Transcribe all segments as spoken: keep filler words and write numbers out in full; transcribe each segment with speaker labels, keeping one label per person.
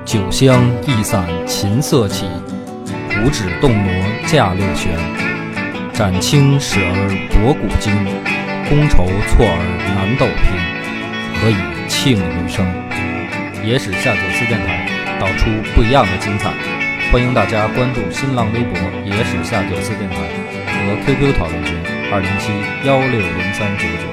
Speaker 1: 酒香一散琴瑟起，五指动挪驾六弦。斩青始而博古今，觥筹错而南斗平。何以庆余生？野史下酒四电台，道出不一样的精彩。欢迎大家关注新浪微博野史下酒四电台和 Q Q 讨论群二零七幺六零三九九。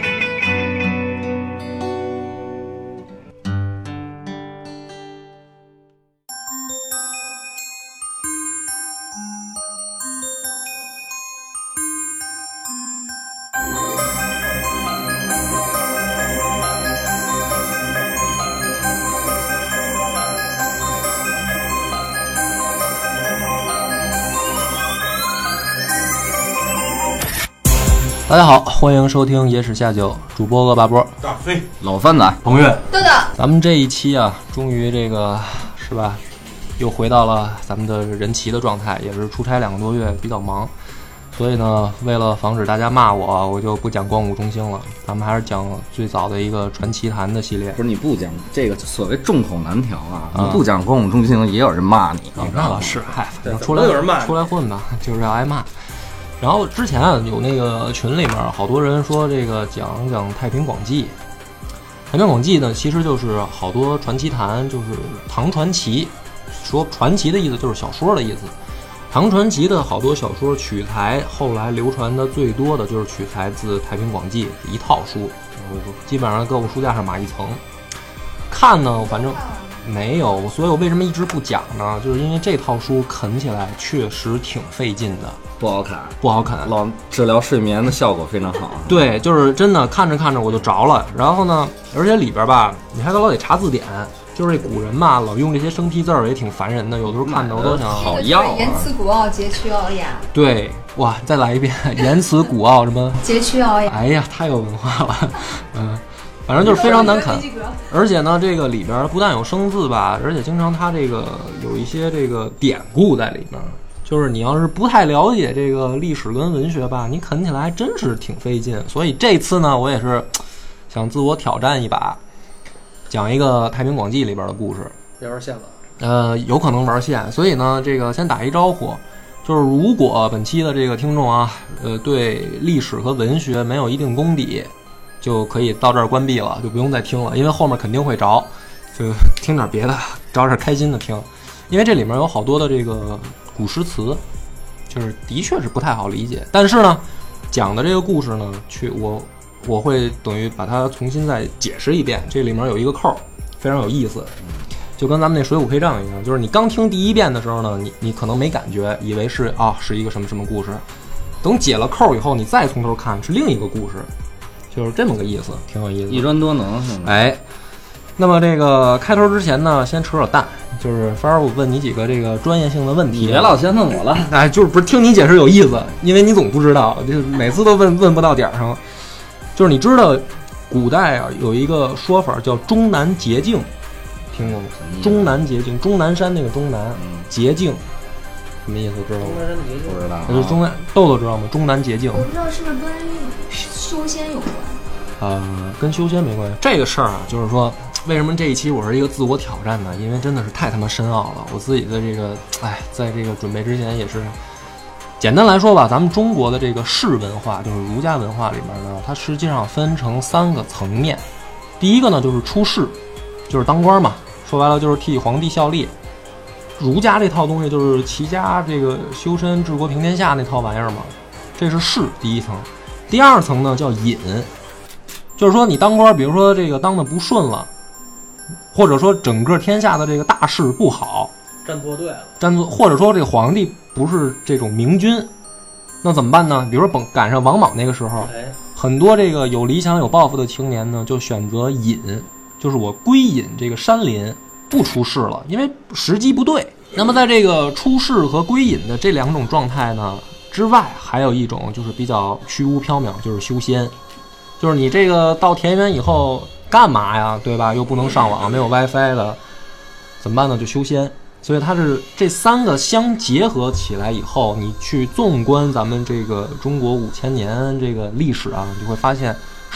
Speaker 2: 大家好，欢迎收听野史下酒，主播恶霸波、
Speaker 3: 大飞、
Speaker 4: 老番仔、
Speaker 3: 彭越、
Speaker 5: 豆豆。
Speaker 2: 咱们这一期啊，终于这个是吧，又回到了咱们的人齐的状态，也是出差两个多月，比较忙，所以呢，为了防止大家骂我，我就不讲光武中兴了，咱们还是讲最早的一个传奇谈的系列。
Speaker 4: 不是你不讲这个所谓众口难调啊，嗯、你不讲光武中兴，也有人骂你。
Speaker 2: 哦，那倒是，嗨，反正出来有人骂，出来混吧，就是要挨骂。然后之前啊，有那个群里面好多人说这个讲讲太平广记。太平广记呢，其实就是好多传奇谈，就是唐传奇。说传奇的意思就是小说的意思。唐传奇的好多小说取材，后来流传的最多的就是取材自太平广记一套书，基本上各个书架上码一层。看呢，反正没有，所以我为什么一直不讲呢？就是因为这套书啃起来确实挺费劲的。
Speaker 4: 不好啃，
Speaker 2: 不好啃，
Speaker 4: 老治疗睡眠的效果非常好。
Speaker 2: 对，就是真的看着看着我就着了。然后呢，而且里边吧，你还老得查字典，就是这古人嘛，老用这些生僻字儿也挺烦人的，有的时候看着我都想
Speaker 4: 好要、啊。
Speaker 5: 言辞古奥，佶屈聱牙。
Speaker 2: 对，哇，再来一遍，言辞古奥什么？
Speaker 5: 佶屈聱牙。
Speaker 2: 哎呀，太有文化了，嗯。反正就是非常难啃，而且呢，这个里边不但有生字吧，而且经常它这个有一些这个典故在里面。就是你要是不太了解这个历史跟文学吧，你啃起来还真是挺费劲。所以这次呢，我也是想自我挑战一把，讲一个《太平广记》里边的故事。
Speaker 3: 别玩线了。
Speaker 2: 呃，有可能玩线，所以呢，这个先打一招呼，就是如果本期的这个听众啊，呃，对历史和文学没有一定功底，就可以到这儿关闭了，就不用再听了，因为后面肯定会着，就听点别的，找点开心的听。因为这里面有好多的这个古诗词，就是的确是不太好理解。但是呢，讲的这个故事呢，去我我会等于把它重新再解释一遍。这里面有一个扣，非常有意思，就跟咱们那水浒配账一样，就是你刚听第一遍的时候呢，你你可能没感觉，以为是啊是一个什么什么故事，等解了扣以后，你再从头看是另一个故事。就是这么个意思，挺有意思，
Speaker 4: 一专多能是吗？
Speaker 2: 哎，那么这个开头之前呢，先扯扯淡，就是反正我问你几个这个专业性的问题。
Speaker 4: 你别老先问我了，
Speaker 2: 哎，就是不是听你解释有意思，因为你总不知道，就是每次都问问不到点上。就是你知道，古代啊有一个说法叫终南捷径，听过吗？终南捷径，终南山那个终南，嗯、捷径。什么意思？知道吗？
Speaker 4: 不知道。
Speaker 2: 就是中南豆豆知道吗？终南捷径。
Speaker 5: 我不知道是不是跟修仙有关。
Speaker 2: 呃，跟修仙没关系。这个事儿啊，就是说，为什么这一期我是一个自我挑战呢？因为真的是太他妈深奥了。我自己的这个，哎，在这个准备之前也是，简单来说吧，咱们中国的这个士文化，就是儒家文化里面呢，它实际上分成三个层面。第一个呢，就是出仕，就是当官嘛，说白了就是替皇帝效力。儒家这套东西就是齐家这个修身治国平天下那套玩意儿嘛，这是仕第一层。第二层呢叫隐，就是说你当官，比如说这个当的不顺了，或者说整个天下的这个大事不好，
Speaker 3: 站错队了，
Speaker 2: 站错，或者说这个皇帝不是这种明君，那怎么办呢？比如说赶上王莽那个时候，
Speaker 3: 哎、
Speaker 2: 很多这个有理想有抱负的青年呢，就选择隐，就是我归隐这个山林。不出仕了，因为时机不对。那么在这个出仕和归隐的这两种状态呢之外，还有一种就是比较虚无缥缈，就是修仙。就是你这个到田园以后干嘛呀，对吧？又不能上网，没有 WiFi 的，怎么办呢？就修仙。所以它是这三个相结合起来以后，你去纵观咱们这个中国五千年这个历史啊，你就会发现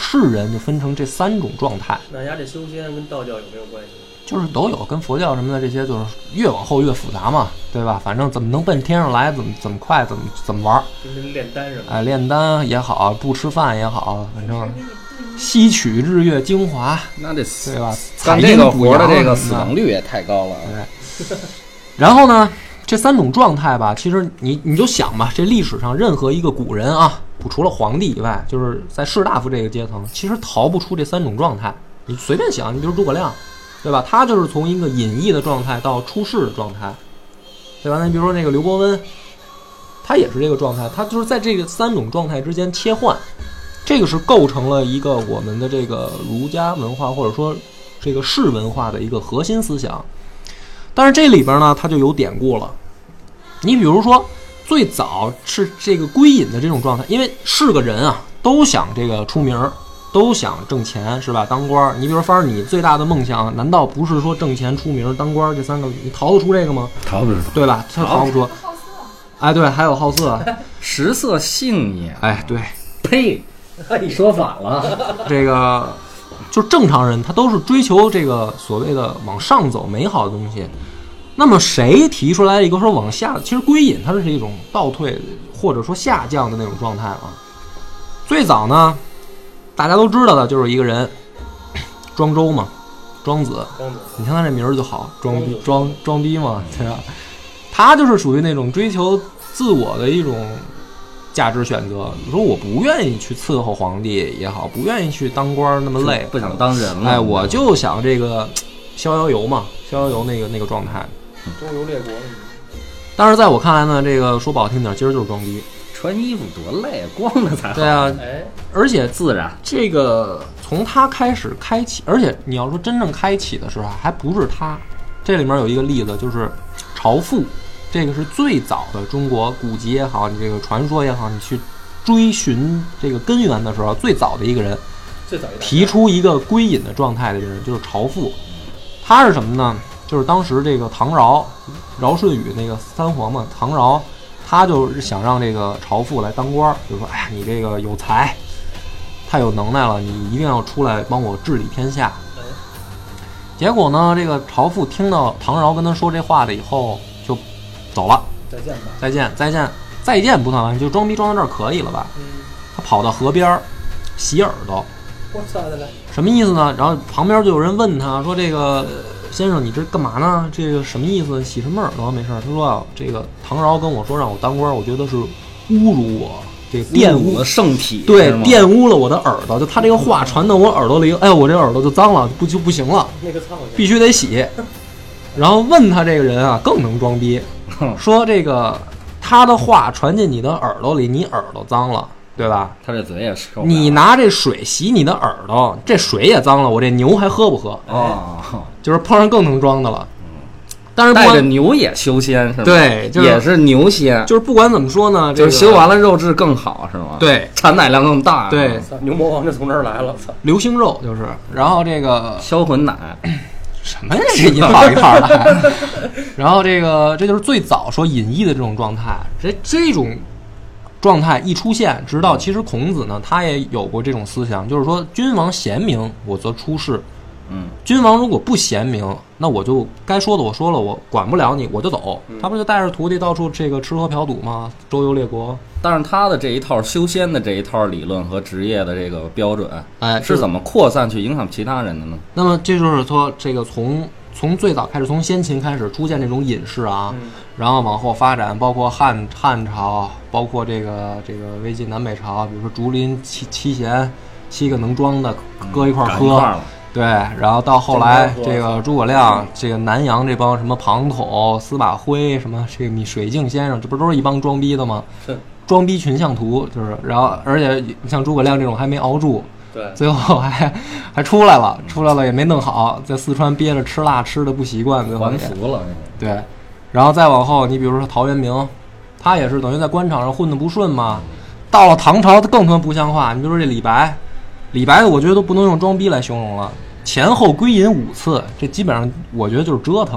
Speaker 2: 世人就分成这三种状态。
Speaker 3: 那人家这修仙跟道教有没有关系？
Speaker 2: 就是都有，跟佛教什么的这些，就是越往后越复杂嘛，对吧？反正怎么能奔天上来，怎么怎么快，怎么怎么玩，
Speaker 3: 跟炼丹什么的。
Speaker 2: 哎，炼丹也好，不吃饭也好，反正吸取日月精华，
Speaker 4: 那这
Speaker 2: 对吧？
Speaker 4: 干这个活的这个死亡率也太高了。
Speaker 2: 对。然后呢，这三种状态吧，其实你你就想吧，这历史上任何一个古人啊，除了皇帝以外，就是在士大夫这个阶层，其实逃不出这三种状态。你随便想，你比如诸葛亮。对吧？他就是从一个隐逸的状态到出世的状态，对吧？那比如说那个刘伯温，他也是这个状态，他就是在这个三种状态之间切换，这个是构成了一个我们的这个儒家文化或者说这个士文化的一个核心思想。但是这里边呢，它就有典故了。你比如说，最早是这个归隐的这种状态，因为是个人啊，都想这个出名。都想挣钱是吧？当官，你比如说，反正你最大的梦想，难道不是说挣钱、出名、当官这三个？你逃得出这个吗？
Speaker 4: 逃不出，
Speaker 2: 对吧？他逃不出。哎，对，还有好色，
Speaker 4: 食色性也。
Speaker 2: 哎，对，
Speaker 4: 呸！你说反了。
Speaker 2: 这个就正常人，他都是追求这个所谓的往上走、美好的东西。那么谁提出来一个说往下？其实归隐它是一种倒退或者说下降的那种状态啊。最早呢。大家都知道的就是一个人，庄周嘛，庄子。
Speaker 3: 庄子，
Speaker 2: 你看他这名儿就好，装逼装装逼嘛，对吧？他就是属于那种追求自我的一种价值选择。你说我不愿意去伺候皇帝也好，不愿意去当官那么累，
Speaker 4: 不想当人了。
Speaker 2: 哎，我就想这个逍遥游嘛，逍遥游那个那个状态。
Speaker 3: 周游列国。
Speaker 2: 但是在我看来呢，这个说不好听点，其实就是装逼。
Speaker 4: 穿衣服多累，光着才好。
Speaker 2: 对啊，
Speaker 3: 哎，
Speaker 2: 而且
Speaker 4: 自然。
Speaker 2: 这个从他开始开启，而且你要说真正开启的时候，还不是他。这里面有一个例子，就是朝父，这个是最早的中国古籍也好，你这个传说也好，你去追寻这个根源的时候，最早的一个人，
Speaker 3: 最早
Speaker 2: 提出一个归隐的状态的人，就是朝父。他是什么呢？就是当时这个唐尧，尧舜禹那个三皇嘛，唐尧。他就是想让这个朝父来当官，就说：“哎呀，你这个有才，太有能耐了，你一定要出来帮我治理天下。”结果呢，这个朝父听到唐尧跟他说这话了以后，就走了。
Speaker 3: 再见吧，
Speaker 2: 再见，再见，再见不算完，就装逼装到这儿可以了吧？
Speaker 3: 嗯，
Speaker 2: 他跑到河边洗耳朵，
Speaker 3: 我操的嘞！
Speaker 2: 什么意思呢？然后旁边就有人问他说：“这个。”先生，你这干嘛呢？这个什么意思？洗什么耳朵？没事。他说啊，这个唐尧跟我说让我当官，我觉得是侮辱我，这个玷污
Speaker 4: 了圣体，
Speaker 2: 对，玷污了我的耳朵。就他这个话传到我耳朵里，哎，我这耳朵就脏了，不就不行了，
Speaker 3: 那个操，
Speaker 2: 必须得洗。然后问他这个人啊，更能装逼，说这个他的话传进你的耳朵里，你耳朵脏了。对吧？
Speaker 4: 他这嘴也是。
Speaker 2: 你拿这水洗你的耳朵，这水也脏了，我这牛还喝不喝？
Speaker 4: 哦，
Speaker 2: 就是碰上更能装的了。但是
Speaker 4: 带着牛也修仙是吧？
Speaker 2: 对，就是、
Speaker 4: 也是牛仙。
Speaker 2: 就是不管怎么说呢，
Speaker 4: 就是修完了肉质更好是吗？
Speaker 2: 对，
Speaker 4: 产奶量更大。
Speaker 2: 对，
Speaker 3: 牛魔王就从这儿来了，操！
Speaker 2: 流星肉就是，然后这个
Speaker 4: 销魂奶，
Speaker 2: 什么呀？这一套一套的。然后这个这就是最早说隐逸的这种状态，这这种。状态一出现，直到其实孔子呢，他也有过这种思想，就是说君王贤明，我则出世。
Speaker 4: 嗯，
Speaker 2: 君王如果不贤明，那我就该说的我说了，我管不了你，我就走。他不就带着徒弟到处这个吃喝嫖赌吗？周游列国。
Speaker 4: 但是他的这一套修仙的这一套理论和职业的这个标准，
Speaker 2: 哎，
Speaker 4: 是怎么扩散去影响其他人的呢？
Speaker 2: 那么这就是说，这个从从最早开始，从先秦开始出现这种隐士啊。嗯，然后往后发展，包括汉汉朝，包括这个这个魏晋南北朝，比如说竹林七七贤，七个能装的搁一块喝，
Speaker 4: 嗯、
Speaker 2: 对，然后到后来这个诸葛亮，这个南阳这帮什么庞统、司马徽，什么这个水镜先生，这不都是一帮装逼的吗？
Speaker 3: 是
Speaker 2: 装逼群像图，就是，然后而且像诸葛亮这种还没熬住。
Speaker 3: 对，
Speaker 2: 最后还还出来了，出来了也没弄好，在四川憋着吃辣吃的不习惯，最后
Speaker 4: 还俗了。
Speaker 2: 对，然后再往后，你比如说陶渊明，他也是等于在官场上混得不顺嘛。到了唐朝，他更他妈不像话。你比如说这李白，李白我觉得都不能用装逼来形容了，前后归隐五次，这基本上我觉得就是折腾。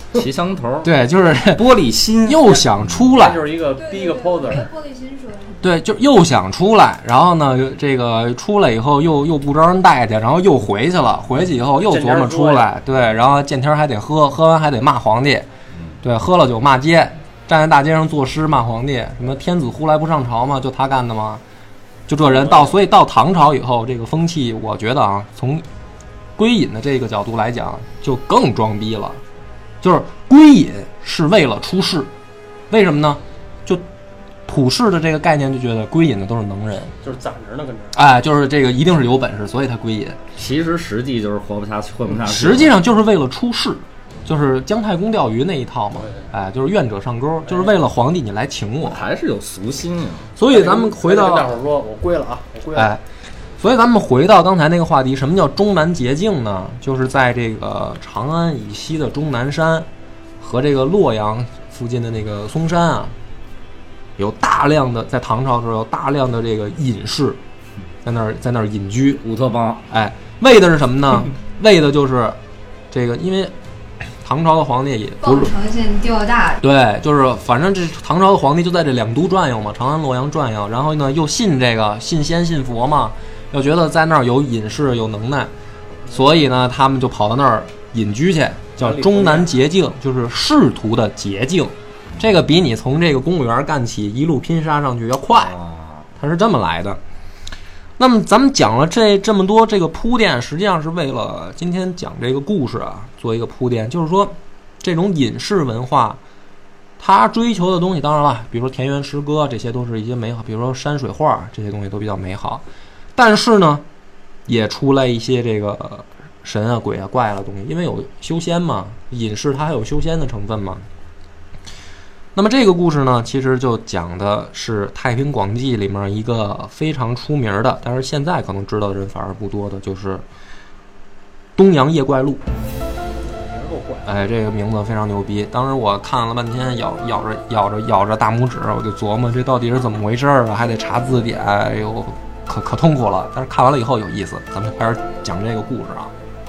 Speaker 4: 骑墙头，
Speaker 2: 对，就是
Speaker 4: 玻璃心，
Speaker 2: 又想出来，
Speaker 3: 就是一个逼一个 poser，
Speaker 5: 玻璃心说的。
Speaker 2: 对，就又想出来，然后呢，这个出来以后又又不招人待见，然后又回去了，回去以后又琢磨出来，对，然后见天还得喝，喝完还得骂皇帝，对，喝了酒骂街，站在大街上作诗骂皇帝，什么天子呼来不上朝嘛，就他干的吗？就这人到，所以到唐朝以后，这个风气，我觉得啊，从归隐的这个角度来讲，就更装逼了。就是归隐是为了出仕，为什么呢？就普世的这个概念就觉得归隐的都是能人，
Speaker 3: 就是攒着呢，跟着。
Speaker 2: 哎，就是这个一定是有本事，所以他归隐。
Speaker 4: 其实实际就是活不下去，混不下去。
Speaker 2: 实际上就是为了出仕，就是姜太公钓鱼那一套嘛。哎，就是愿者上钩，就是为了皇帝你来请我，
Speaker 4: 还是有俗心呀。
Speaker 2: 所以咱们回到
Speaker 3: 跟大伙儿说，我归了啊，我归了。
Speaker 2: 哎，所以咱们回到刚才那个话题，什么叫终南捷径呢？就是在这个长安以西的终南山和这个洛阳附近的那个嵩山啊，有大量的在唐朝的时候有大量的这个隐士在那儿在那儿隐居。
Speaker 4: 乌托邦，
Speaker 2: 哎，为的是什么呢？为的就是这个，因为唐朝的皇帝也不是
Speaker 5: 奉承县地大，
Speaker 2: 对，就是反正这唐朝的皇帝就在这两都转悠嘛，长安、洛阳转悠，然后呢又信这个信仙信佛嘛，又觉得在那儿有隐士有能耐，所以呢他们就跑到那儿隐居去，叫终南捷径，就是仕途的捷径。这个比你从这个公务员干起一路拼杀上去要快，它是这么来的。那么咱们讲了这这么多这个铺垫，实际上是为了今天讲这个故事啊做一个铺垫，就是说这种隐士文化他追求的东西，当然了比如说田园诗歌，这些都是一些美好，比如说山水画，这些东西都比较美好，但是呢也出来一些这个神啊鬼啊怪啊的东西，因为有修仙嘛，隐士它还有修仙的成分嘛。那么这个故事呢，其实就讲的是《太平广记》里面一个非常出名的，但是现在可能知道的人反而不多的，就是东洋夜怪录。哎，这个名字非常牛逼。当时我看了半天，咬咬着咬着咬着大拇指，我就琢磨这到底是怎么回事啊？还得查字典，哎呦，可可痛苦了。但是看完了以后有意思，咱们开始讲这个故事啊。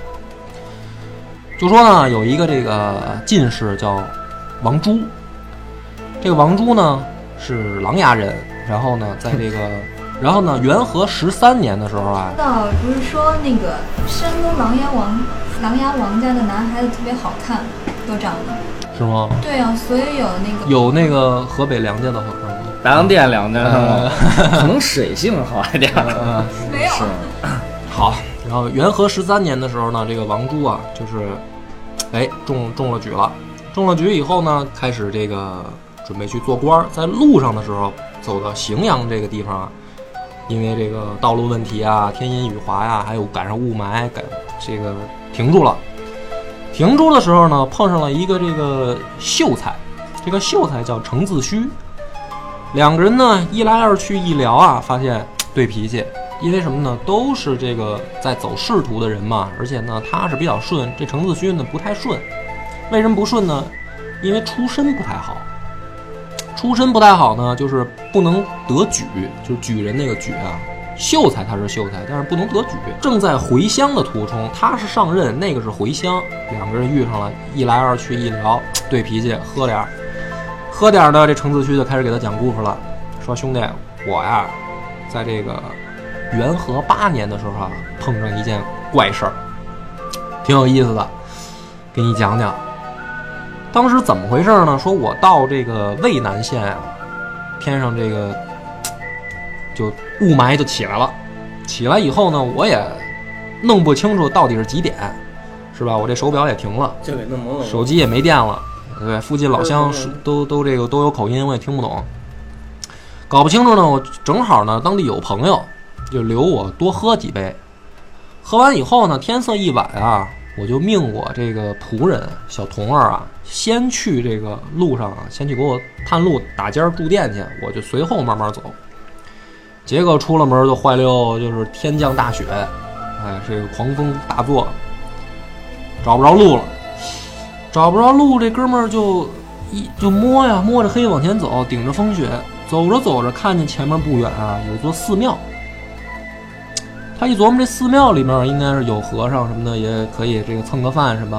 Speaker 2: 就说呢，有一个这个进士叫王朱。这个王朱呢是琅琊人，然后呢，在这个，然后呢，元和十三年的时候啊，
Speaker 5: 知道不是说那个山东琅琊王琅琊王家的男孩子特别好看，都长得
Speaker 2: 是吗？
Speaker 5: 对啊，所以有那个
Speaker 2: 有那个河北梁家的好看吗？
Speaker 4: 大洋店两家，可能水性好一点。
Speaker 2: 嗯，
Speaker 5: 没有。
Speaker 2: 好，然后元和十三年的时候呢，这个王朱啊，就是哎中中了举了，中了举以后呢，开始这个。准备去做官，在路上的时候走到荥阳这个地方啊，因为这个道路问题啊，天阴雨滑呀、啊，还有赶上雾霾，赶这个停住了。停住的时候呢，碰上了一个这个秀才，这个秀才叫程自虚。两个人呢一来二去一聊啊，发现对脾气，因为什么呢？都是这个在走仕途的人嘛，而且呢他是比较顺，这程自虚呢不太顺。为什么不顺呢？因为出身不太好。出身不太好呢，就是不能得举，就是举人那个举啊。秀才他是秀才，但是不能得举。正在回乡的途中，他是上任，那个是回乡，两个人遇上了，一来二去一聊，对脾气，喝点喝点的，这程自虚就开始给他讲故事了，说兄弟，我呀，在这个元和八年的时候啊，碰上一件怪事儿，挺有意思的，给你讲讲。当时怎么回事呢？说我到这个渭南县啊，天上这个就雾霾就起来了，起来以后呢，我也弄不清楚到底是几点，是吧？我这手表也停了，
Speaker 3: 就给弄懵了，
Speaker 2: 手机也没电了，对，附近老乡都都这个都有口音，我也听不懂，搞不清楚呢。我正好呢，当地有朋友就留我多喝几杯，喝完以后呢，天色一晚啊。我就命我这个仆人小童儿啊，先去这个路上啊，先去给我探路打尖住店去，我就随后慢慢走。结果出了门就坏溜，就是天降大雪，哎，这个狂风大作，找不着路了，找不着路，这哥们儿就一就摸呀，摸着黑往前走，顶着风雪，走着走着，看见前面不远啊有座寺庙。他一琢磨，这寺庙里面应该是有和尚什么的，也可以这个蹭个饭什么，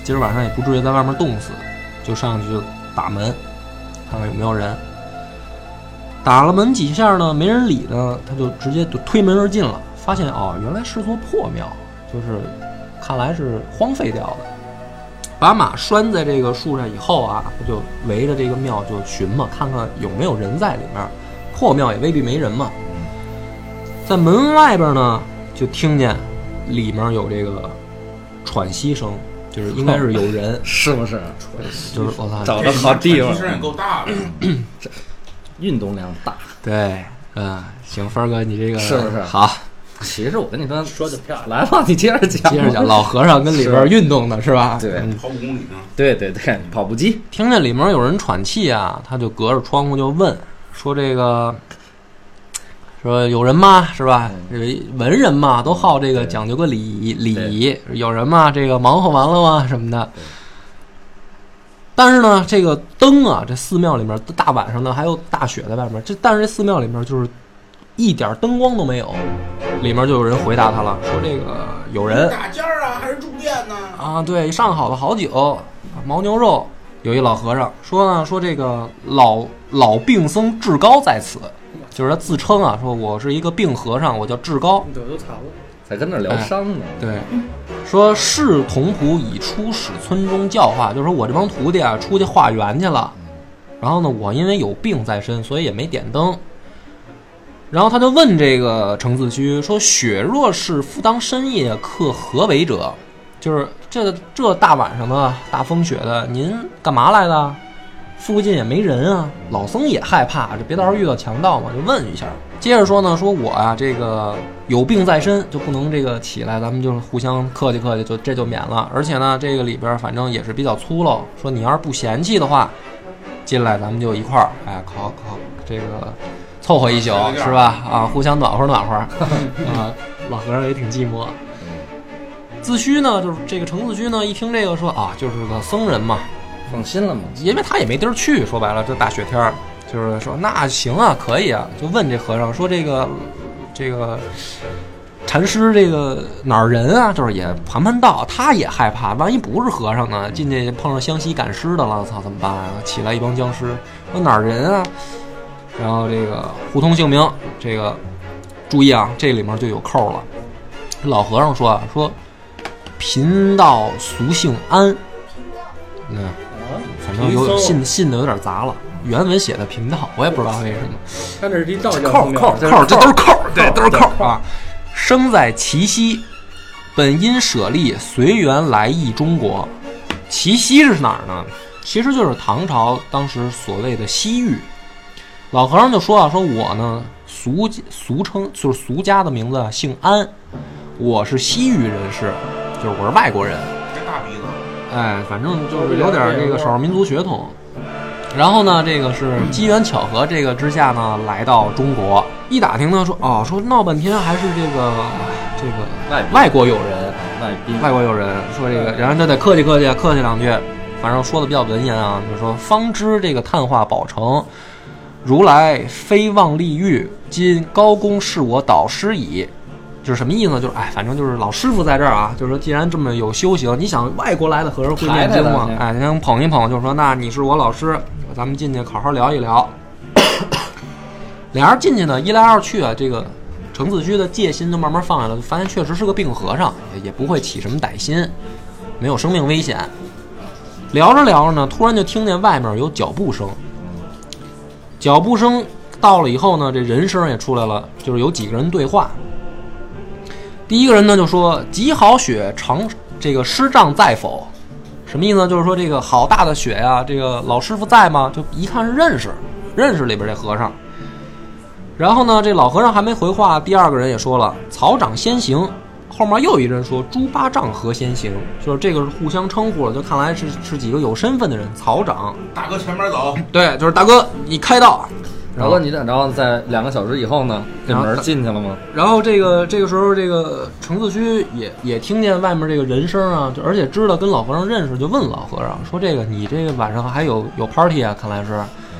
Speaker 2: 今儿晚上也不至于在外面冻死，就上去就打门，看看有没有人。打了门几下呢，没人理呢，他就直接就推门而进了，发现哦，原来是座破庙，就是看来是荒废掉的。把马拴在这个树上以后啊，他就围着这个庙就寻嘛，看看有没有人在里面。破庙也未必没人嘛。在门外边呢，就听见里面有这个喘息声，就是应该是有人，
Speaker 4: 是不是？
Speaker 2: 就是我操，
Speaker 4: 找到好地方，
Speaker 6: 声也够大的，
Speaker 4: 运动量大。
Speaker 2: 对，嗯，行，帆哥，你这个
Speaker 4: 是不是
Speaker 2: 好？
Speaker 4: 其实我跟你说，
Speaker 3: 说的漂亮。
Speaker 4: 来吧，你接着讲，
Speaker 2: 接着讲。老和尚跟里边运动的是吧？
Speaker 4: 对，
Speaker 6: 跑五公里呢。
Speaker 4: 对对对，跑步机。
Speaker 2: 听见里面有人喘气啊，他就隔着窗户就问说：“这个。”说有人吗？是吧？这个文人嘛，都好这个讲究个礼礼仪。有人吗？这个忙活完了吗？什么的。但是呢，这个灯啊，这寺庙里面大晚上的还有大雪在外面，这但是这寺庙里面就是一点灯光都没有。里面就有人回答他了，说这个有人
Speaker 6: 打尖儿啊，还是住店呢？
Speaker 2: 啊，对，上好了好酒，牦牛肉。有一老和尚说呢，说这个老老病僧志高在此。就是他自称啊，说我是一个病和尚，我叫志高，
Speaker 3: 对，都惨了，
Speaker 4: 才跟那聊伤呢。
Speaker 2: 哎、对，说是童仆已出使村中教化，就是说我这帮徒弟啊出去化缘去了，然后呢，我因为有病在身，所以也没点灯。然后他就问这个程自虚说：“雪若是复当深夜，客何为者？就是这这大晚上的大风雪的，您干嘛来的？”附近也没人啊，老僧也害怕，这别到时候遇到强盗嘛，就问一下。接着说呢，说我啊这个有病在身，就不能这个起来，咱们就互相客气客气，就这就免了。而且呢，这个里边反正也是比较粗陋，说你要是不嫌弃的话，进来咱们就一块儿，哎，考考这个凑合一宿是吧？啊，互相暖和暖和啊。老和尚也挺寂寞。自虚呢，就是这个程自虚呢，一听这个说啊，就是个僧人嘛。
Speaker 4: 放心了吗？
Speaker 2: 因为他也没地儿去，说白了，这大雪天儿，就是说那行啊，可以啊，就问这和尚说这个这个禅师这个哪儿人啊？就是也盘盘道，他也害怕，万一不是和尚呢，进去碰上湘西赶尸的了，操，怎么办啊？起来一帮僵尸，说哪儿人啊？然后这个互通姓名，这个注意啊，这里面就有扣了。老和尚说啊，说贫道俗姓安，嗯。反正有信信的有点杂了，原文写的贫道，我也不知道为什么。
Speaker 3: 他这是一道教
Speaker 2: 扣扣扣，这都是扣，对，都是扣啊。生在齐西，本因舍利随缘来诣中国。齐西是哪儿呢？其实就是唐朝当时所谓的西域。老和尚就说啊，说我呢俗俗称就是俗家的名字姓安，我是西域人士，就是我是外国人。
Speaker 6: 大鼻子。
Speaker 2: 哎，反正就是有点这个少数民族血统。然后呢，这个是机缘巧合这个之下呢，来到中国。一打听呢，说哦，说闹半天还是这个这个
Speaker 4: 外
Speaker 2: 外国友人，
Speaker 4: 外宾，
Speaker 2: 外国友人说这个，然后就得客气客气，客气两句。反正说的比较文言啊，就是说方知这个探化宝成，如来非望立欲，今高公是我导师矣。就是什么意思呢？就是哎，反正就是老师傅在这儿啊，就是说既然这么有修行，你想外国来的和尚会念经吗？哎，先捧一捧，就是说那你是我老师，咱们进去好好聊一聊。俩人进去呢，一来二去啊，这个程自虚的戒心就慢慢放下了，就发现确实是个病和尚，也也不会起什么歹心，没有生命危险。聊着聊着呢，突然就听见外面有脚步声，脚步声到了以后呢，这人声也出来了，就是有几个人对话。第一个人呢就说：“极好雪，长这个师丈在否？”什么意思呢？就是说这个好大的雪呀、啊，这个老师傅在吗？就一看是认识，认识里边这和尚。然后呢，这老和尚还没回话，第二个人也说了：“草长先行。”后面又一人说：“猪八丈何先行？”就是这个是互相称呼了，就看来是是几个有身份的人。草长，
Speaker 6: 大哥前面走。
Speaker 2: 对，就是大哥，你开道。
Speaker 4: 然后你等，然后在两个小时以后呢，这门进去了吗？
Speaker 2: 然后这个这个时候，这个程自虚也也听见外面这个人声啊，就而且知道跟老和尚认识，就问老和尚说：“这个你这个晚上还有有 party 啊？看来是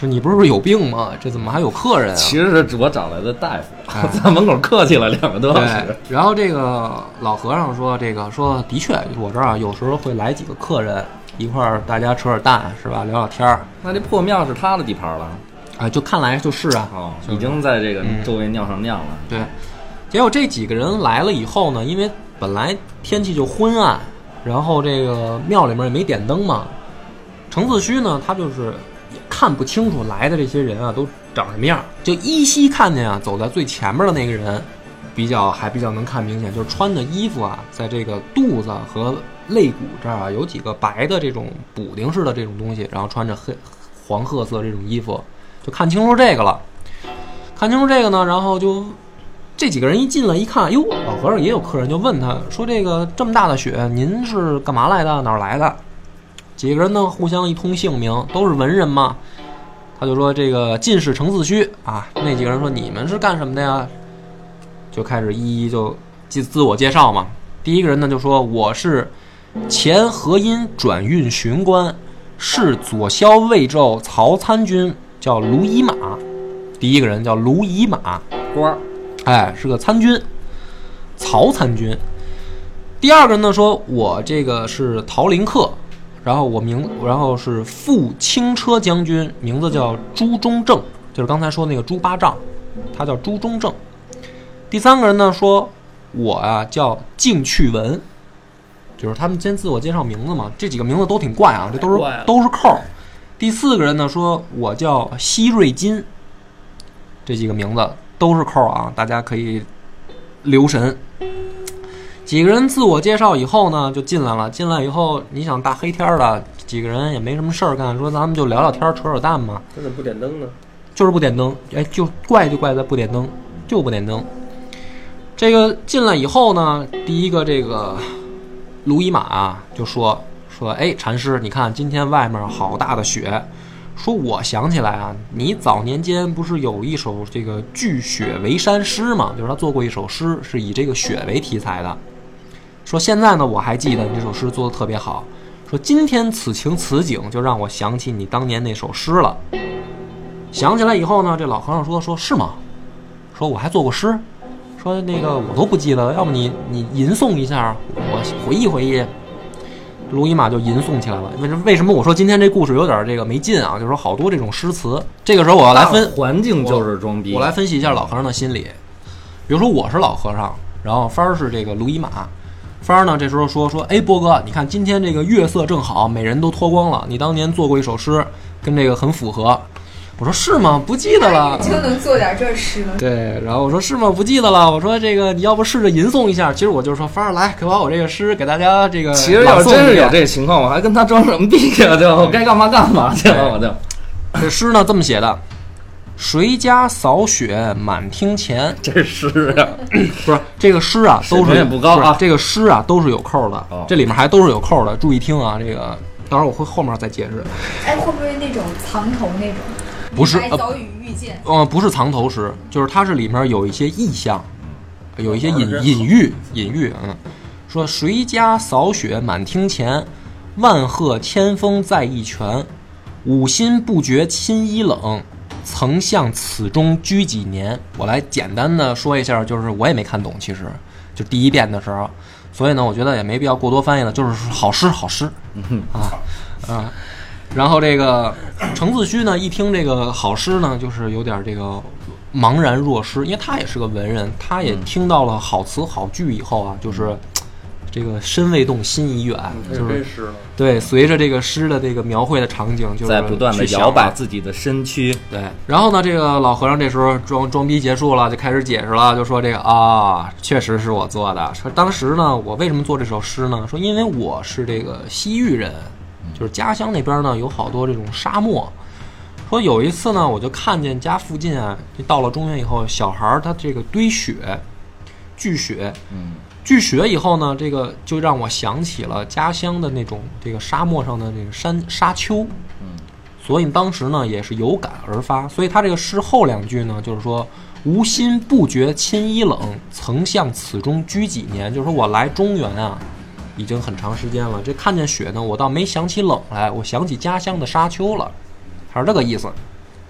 Speaker 2: 说你不是有病吗？这怎么还有客人啊？
Speaker 4: 其实是我找来的大夫，在门口客气了两个多小时。
Speaker 2: 然后这个老和尚说：“这个说的确，我这儿啊有时候会来几个客人，一块儿大家扯扯淡，是吧？聊聊天儿。
Speaker 4: 那这破庙是他的地盘了
Speaker 2: 啊？就看来就是啊，
Speaker 4: 哦，已经在这个周围尿上尿了。
Speaker 2: 嗯、对，结果这几个人来了以后呢，因为本来天气就昏暗，然后这个庙里面也没点灯嘛，程自虚呢，他就是看不清楚来的这些人啊都长什么样，就依稀看见啊走在最前面的那个人比较还比较能看明显，就是穿的衣服啊在这个肚子和肋骨这儿啊有几个白的这种补丁式的这种东西，然后穿着黑黄褐色这种衣服，就看清楚这个了。看清楚这个呢，然后就这几个人一进来一看，哟，老和尚也有客人，就问他说：“这个这么大的雪，您是干嘛来的？哪儿来的？”几个人呢互相一通姓名，都是文人嘛。他就说：“这个进士程自虚啊。”那几个人说：“你们是干什么的呀？”就开始一一就自我介绍嘛。第一个人呢就说：“我是前河阴转运巡官，是左骁魏胄曹参军，叫卢夷马。”第一个人叫卢夷马
Speaker 4: 官，
Speaker 2: 哎，是个参军，曹参军。第二个人呢说：“我这个是陶林客，然后我名，然后是副轻车将军，名字叫朱中正，就是刚才说那个朱八丈，他叫朱中正。”第三个人呢说：“我啊叫敬去文。”就是他们先自我介绍名字嘛，这几个名字都挺怪啊，这都是都是扣。第四个人呢说：“我叫西瑞金。”这几个名字都是扣啊，大家可以留神。几个人自我介绍以后呢，就进来了。进来以后，你想大黑天的，几个人也没什么事儿干，说咱们就聊聊天，扯扯淡嘛。
Speaker 3: 真的不点灯呢？
Speaker 2: 就是不点灯，哎，就怪就怪在不点灯，就不点灯。这个进来以后呢，第一个这个卢夷马啊就说说，哎，禅师，你看今天外面好大的雪。说我想起来啊，你早年间不是有一首这个聚雪为山诗吗？就是他做过一首诗，是以这个雪为题材的。说现在呢，我还记得你这首诗做得特别好。说今天此情此景，就让我想起你当年那首诗了。想起来以后呢，这老和尚说：“说是吗？说我还做过诗。说那个我都不记得了，要不你你吟诵一下，我回忆回忆。”卢夷马就吟诵起来了。为什么？为什么我说今天这故事有点这个没劲啊？就是说好多这种诗词。这个时候我要来分
Speaker 4: 环境就是装逼。
Speaker 2: 我来分析一下老和尚的心理。比如说我是老和尚，然后帆儿是这个卢夷马。帆儿呢这时候说说，哎，波哥，你看今天这个月色正好，每人都脱光了。你当年做过一首诗，跟这个很符合。我说是吗？不记得了。
Speaker 5: 就能做点这诗了。
Speaker 2: 对，然后我说是吗？不记得了。我说这个你要不试着吟诵一下。其实我就是说，帆儿来，给把我这个诗给大家这个。
Speaker 4: 其实要真是有这个情况，我还跟他装什么逼呀？就我该干嘛干嘛去了，我就。
Speaker 2: 这诗呢这么写的：谁家扫雪满厅前。
Speaker 4: 这诗啊，
Speaker 2: 不是这个诗啊，都是
Speaker 4: 也不高啊。
Speaker 2: 这个诗啊都是有扣的，哦、这里面还都是有扣的。注意听啊，这个当然我会后面再解释。
Speaker 5: 哎，会不会那种藏头那种？
Speaker 2: 不是，
Speaker 5: 早已遇见。
Speaker 2: 呃，不是藏头诗，就是它是里面有一些意象，有一些隐隐喻，隐喻。嗯，说谁家扫雪满厅前，万壑千峰在一泉，五心不觉亲衣冷，曾向此中居几年。我来简单的说一下，就是我也没看懂，其实就第一遍的时候，所以呢，我觉得也没必要过多翻译了，就是好诗，好诗啊啊。然后这个程自虚呢，一听这个好诗呢，就是有点这个茫然若失，因为他也是个文人，他也听到了好词好句以后啊，就是这个身未动心已远，就是对，随着这个诗的这个描绘的场景，就是
Speaker 4: 在不断的摇摆自己的身躯。
Speaker 2: 对，然后呢，这个老和尚这时候装装逼结束了，就开始解释了，就说这个啊，确实是我做的。说当时呢，我为什么做这首诗呢？说因为我是这个西域人。就是家乡那边呢有好多这种沙漠，说有一次呢我就看见家附近啊，到了中原以后，小孩他这个堆雪聚雪，嗯，聚雪以后呢，这个就让我想起了家乡的那种这个沙漠上的这个山沙丘，嗯，所以当时呢也是有感而发。所以他这个诗后两句呢就是说，无心不觉亲衣冷，曾向此中居几年，就是说我来中原啊已经很长时间了，这看见雪呢我倒没想起冷来，我想起家乡的沙丘了，还是这个意思。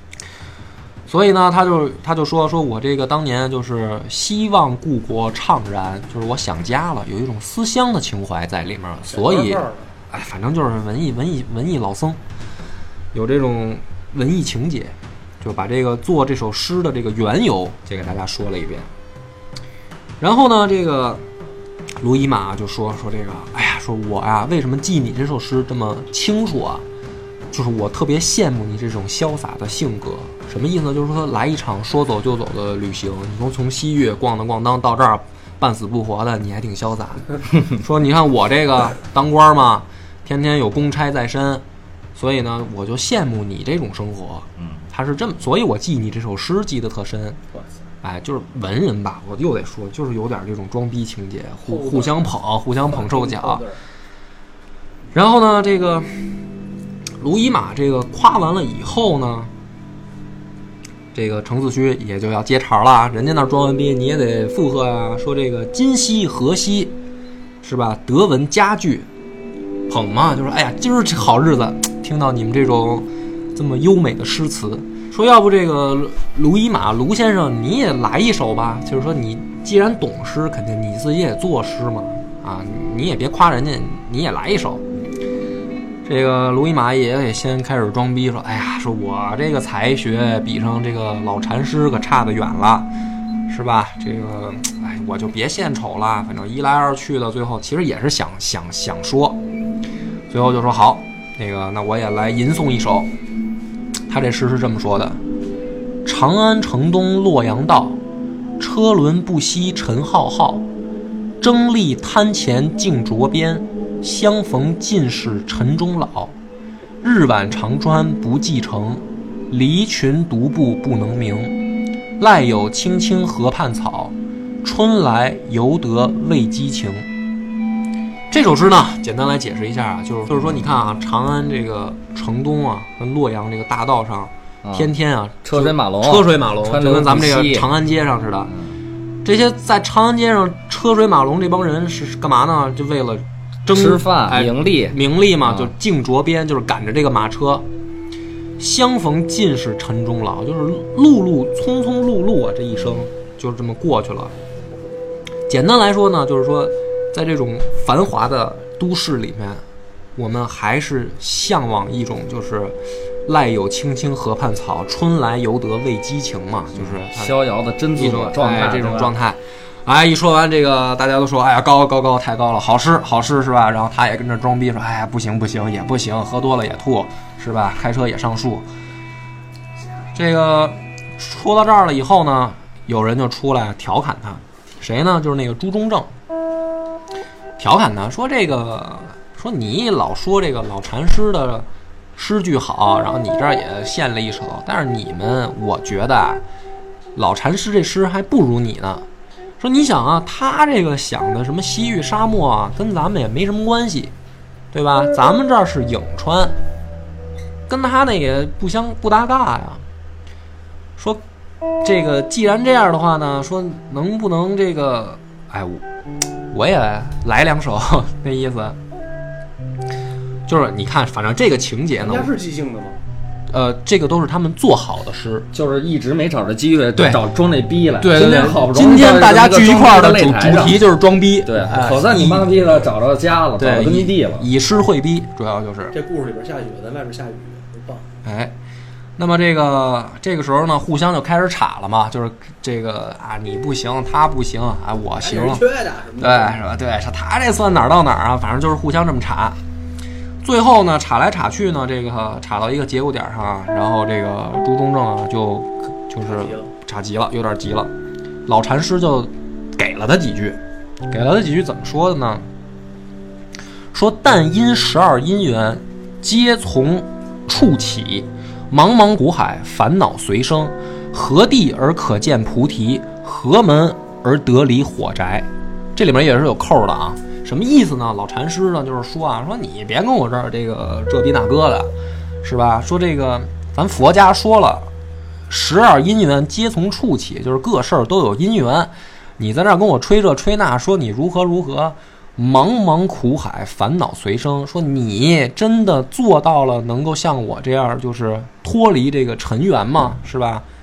Speaker 2: 所以呢，他就他就说说我这个当年就是希望故国怅然，就是我想家了，有一种思乡的情怀在里面，所以，哎，反正就是文艺文艺文艺老僧，有这种文艺情节，就把这个做这首诗的这个缘由，就给大家说了一遍。然后呢，这个卢伊玛就说说这个，哎呀，说我呀，为什么记你这首诗这么清楚啊？就是我特别羡慕你这种潇洒的性格。什么意思呢？就是说来一场说走就走的旅行，你从从西域咣当咣当到这儿半死不活的，你还挺潇洒的。说你看我这个当官嘛，天天有公差在身，所以呢我就羡慕你这种生活。嗯，他是这么，所以我记你这首诗记得特深。哎，就是文人吧，我又得说，就是有点这种装逼情节，互互相捧，互相捧臭脚。然后呢，这个卢伊玛这个夸完了以后呢，这个程子虚也就要接茬了，人家那装完逼你也得附和啊，说这个今夕何夕，是吧？德文佳句，捧嘛，就是哎呀，今儿这好日子，听到你们这种这么优美的诗词，说要不这个卢伊玛卢先生你也来一首吧，就是说你既然懂诗，肯定你自己也作诗嘛，啊，你也别夸人家，你也来一首。这个卢伊玛也得先开始装逼，说哎呀，说我这个才学比上这个老禅师可差得远了，是吧？这个哎，我就别献丑了，反正一来二去的，最后其实也是想想想说，最后就说好，那个那我也来吟诵一首。他这诗是这么说的：长安城东洛阳道，车轮不息尘浩浩，争利滩前竞着边，相逢尽是尘中老。日晚长专不继承，离群独步不能鸣。赖有青青河畔草，春来犹得未激情。这首诗呢，简单来解释一下啊，就是就是说，你看啊，长安这个城东啊，跟洛阳这个大道上，啊、天天啊
Speaker 4: 车水马龙，
Speaker 2: 车水马龙，就跟咱们这个长安街上似的。嗯、这些在长安街上车水马龙这帮人是干嘛呢？就为了争
Speaker 4: 吃饭、哎、名利、
Speaker 2: 名利嘛，就竞着边，就是赶着这个马车。相逢尽是尘中老，就是碌碌匆匆碌碌啊，这一生就这么过去了。简单来说呢，就是说，在这种繁华的都市里面，我们还是向往一种就是赖有青青河畔草，春来犹得未激情嘛，就是
Speaker 4: 逍遥的真自我状态，
Speaker 2: 哎、这种状态。哎，一说完这个，大家都说，哎呀，高高高，太高了，好诗好诗是吧？然后他也跟着装逼说，哎呀，不行不行，也不行，喝多了也吐是吧？开车也上树。这个说到这儿了以后呢，有人就出来调侃他，谁呢？就是那个朱中正，调侃他说，这个说你老说这个老禅师的诗句好，然后你这儿也献了一首，但是你们我觉得老禅师这诗还不如你呢。说你想啊，他这个想的什么西域沙漠啊，跟咱们也没什么关系，对吧？咱们这儿是颍川，跟他那也不相不搭嘎呀。说这个既然这样的话呢，说能不能这个，哎，我我也来两首，那意思就是你看，反正这个情节呢，
Speaker 3: 人家是即兴的吗？
Speaker 2: 呃，这个都是他们做好的诗，
Speaker 4: 就是一直没找着机会，对，找装那逼来。
Speaker 2: 对对对，
Speaker 4: 好不容易
Speaker 2: 今天大家聚一块儿的主主题就是装逼。
Speaker 4: 对，可算你妈逼了，找着家了，找着根据地了，
Speaker 2: 以诗会逼，主要就是
Speaker 3: 这故事里边下雪，在外边下雨，多棒！
Speaker 2: 哎，那么这个这个时候呢，互相就开始岔了嘛，就是这个啊，你不行，他不行，啊，我行，
Speaker 3: 缺的什么的，
Speaker 2: 对，是吧？对，是他这算哪儿到哪儿啊？反正就是互相这么岔。最后呢，岔来岔去呢，这个岔到一个节骨点上啊，然后这个朱中正啊，就就是岔急了，有点急了。老禅师就给了他几句，给了他几句怎么说的呢？说但因十二因缘，皆从处起，茫茫苦海，烦恼随生。何地而可见菩提？何门而得离火宅？这里面也是有扣的啊。什么意思呢？老禅师呢，就是说啊，说你别跟我这儿这个这逼那哥的，是吧？说这个咱佛家说了，十二因缘皆从处起，就是各事儿都有因缘。你在这儿跟我吹这吹那，说你如何如何，茫茫苦海，烦恼随生。说你真的做到了能够像我这样，就是脱离这个尘缘吗？是吧？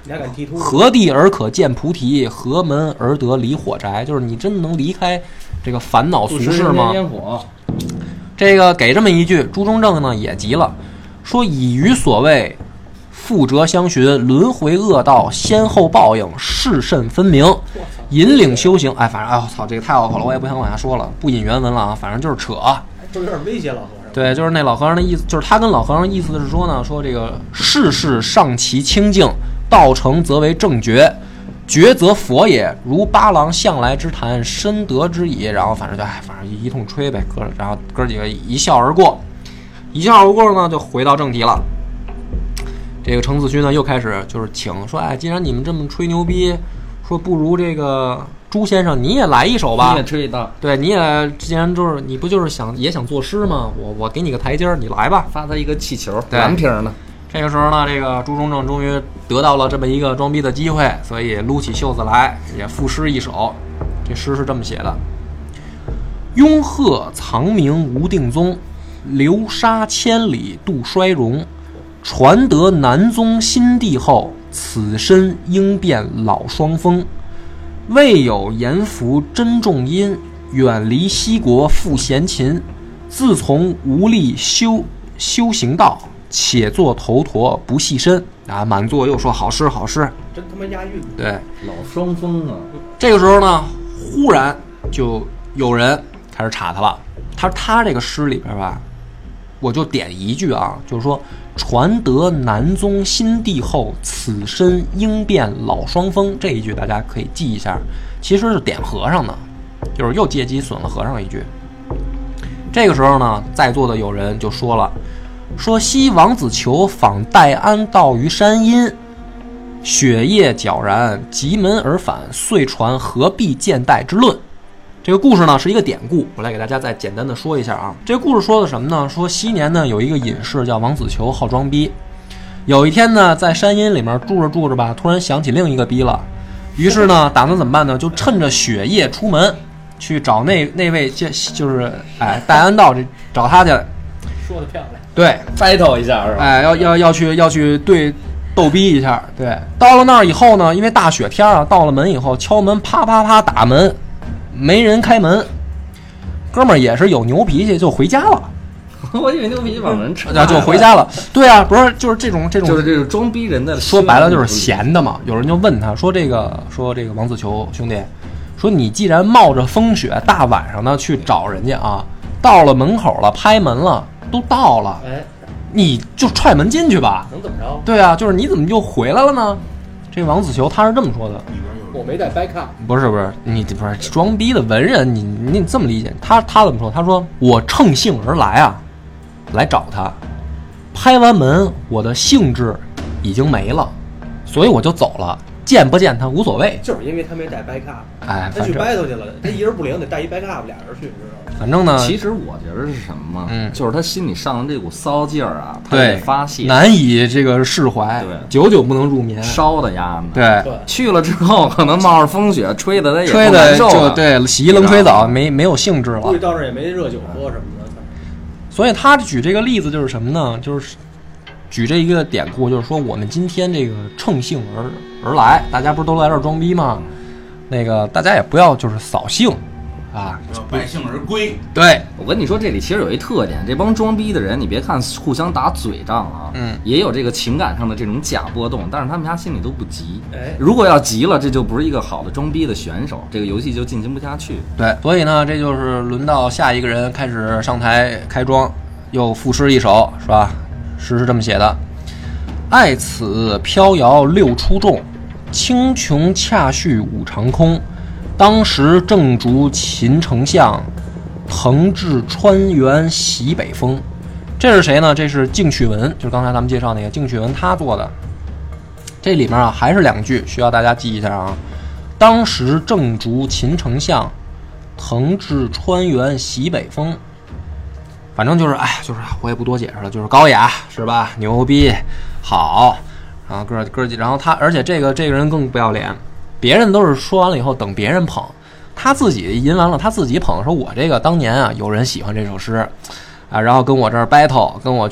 Speaker 3: 你还敢剃秃？
Speaker 2: 何地而可见菩提？何门而得离火宅？就是你真的能离开这个烦恼俗世吗？
Speaker 4: 烟火，
Speaker 2: 这个给这么一句，朱中正呢也急了，说以于所谓复折相寻，轮回恶道，先后报应，是甚分明，引领修行。哎，反正哎我操，这个太拗口了，我也不想往下说了，不引原文了啊，反正就是扯。
Speaker 3: 这有点威胁老和尚。
Speaker 2: 对，就是那老和尚的意思，就是他跟老和尚意思是说呢，说这个世事尚其清净，道成则为正觉，觉则佛也。如八郎向来之谈，深得之矣。然后反正就哎，反正一通吹呗，哥，然后哥几个一笑而过，一笑而过呢，就回到正题了。这个程子虚呢又开始就是请说，哎，既然你们这么吹牛逼，说不如这个朱先生你也来一首吧，
Speaker 4: 你也吹一道，
Speaker 2: 对，你也既然就是你不就是想也想作诗吗？我我给你个台阶儿，你来吧，
Speaker 4: 发他一个气球，
Speaker 2: 对
Speaker 4: 蓝瓶的。
Speaker 2: 这个时候呢，这个朱中正终于得到了这么一个装逼的机会，所以撸起袖子来也赋诗一首。这诗是这么写的：雍壑藏名无定宗，流沙千里度衰荣。传得南宗新帝后，此身应变老双峰。未有言服真重音，远离西国复闲秦。自从无力修修行道，且作头陀不细身。啊，满座又说好诗好诗，
Speaker 3: 真他妈押韵。
Speaker 2: 对，
Speaker 4: 老双峰啊！
Speaker 2: 这个时候呢，忽然就有人开始查他了。他他这个诗里边吧，我就点一句啊，就是说传得南宗新帝后，此身应变老双峰。这一句大家可以记一下，其实是点和尚的，就是又借机损了和尚一句。这个时候呢，在座的有人就说了，说昔王子求访戴安道于山阴，雪夜皎然，急门而返，遂传何必见戴之论。这个故事呢是一个典故，我来给大家再简单的说一下啊。这个故事说的什么呢？说昔年呢有一个隐士叫王子求，好装逼。有一天呢，在山阴里面住着住着吧，突然想起另一个逼了，于是呢，打算怎么办呢？就趁着雪夜出门去找那那位就就是哎戴安道这找他去。
Speaker 3: 说的漂亮。
Speaker 2: 对
Speaker 4: battle 一下是吧？
Speaker 2: 哎，要要要去要去对逗逼一下。对，到了那儿以后呢，因为大雪天啊，到了门以后敲门，啪啪啪打门。没人开门，哥们儿也是有牛脾气，就回家了。
Speaker 4: 我以为牛脾气把门拆
Speaker 2: 了，就回家了。对啊，不是就是这种这种，
Speaker 4: 就是这种装逼人的，
Speaker 2: 说白了就是闲的嘛。有人就问他说：“这个说这个王子求兄弟，说你既然冒着风雪大晚上呢去找人家啊，到了门口了，拍门了，都到了，
Speaker 3: 哎，
Speaker 2: 你就踹门进去吧。
Speaker 3: 能怎么着？
Speaker 2: 对啊，就是你怎么又回来了呢？”这王子求他是这么说的。
Speaker 3: 我没带 back up，
Speaker 2: 不是不是，你不是装逼的文人，你你这么理解？他他怎么说？他说我乘兴而来啊，来找他，拍完门，我的兴致已经没了，所以我就走了。见不见他无所谓，
Speaker 3: 就是因为他没带 back up，
Speaker 2: 哎，
Speaker 3: 他去 battle 去了，他一人不灵，得带一 back up， 俩人去，你知道吗？
Speaker 2: 反正呢，
Speaker 4: 其实我觉得是什么？
Speaker 2: 嗯，
Speaker 4: 就是他心里上的这股骚劲儿啊，他
Speaker 2: 对，
Speaker 4: 得发泄，
Speaker 2: 难以这个释怀，
Speaker 4: 对，
Speaker 2: 久久不能入眠，
Speaker 4: 烧的呀，
Speaker 2: 对，
Speaker 4: 去了之后可能冒着风雪，吹的他也
Speaker 2: 吹的就对，洗衣冷水澡，没没有兴致了，
Speaker 3: 估计到那儿也没热酒喝什么的。
Speaker 2: 所以他举这个例子就是什么呢？就是举这一个典故，就是说我们今天这个乘兴而而来，大家不是都来这儿装逼吗？那个大家也不要就是扫兴啊，
Speaker 6: 败兴而归。
Speaker 2: 对，
Speaker 4: 我跟你说，这里其实有一特点，这帮装逼的人，你别看互相打嘴仗啊，
Speaker 2: 嗯，
Speaker 4: 也有这个情感上的这种假波动，但是他们家心里都不急。
Speaker 3: 哎，
Speaker 4: 如果要急了，这就不是一个好的装逼的选手，这个游戏就进行不下去。
Speaker 2: 对，所以呢，这就是轮到下一个人开始上台开庄，又赋诗一首，是吧？诗是这么写的：爱此飘摇六出众，青穹恰续五长空。当时正逐秦丞相，腾至川原袭北风。这是谁呢？这是敬趣文，就是刚才咱们介绍那个敬趣文他做的。这里面啊还是两句需要大家记一下啊。当时正逐秦丞相，腾至川原袭北风。反正就是哎，就是我也不多解释了，就是高雅是吧？牛逼，好，然后哥哥几，然后他，而且这个这个人更不要脸。别人都是说完了以后等别人捧，他自己吟完了他自己捧，说我这个当年啊有人喜欢这首诗啊，然后跟我这儿 battle， 跟我去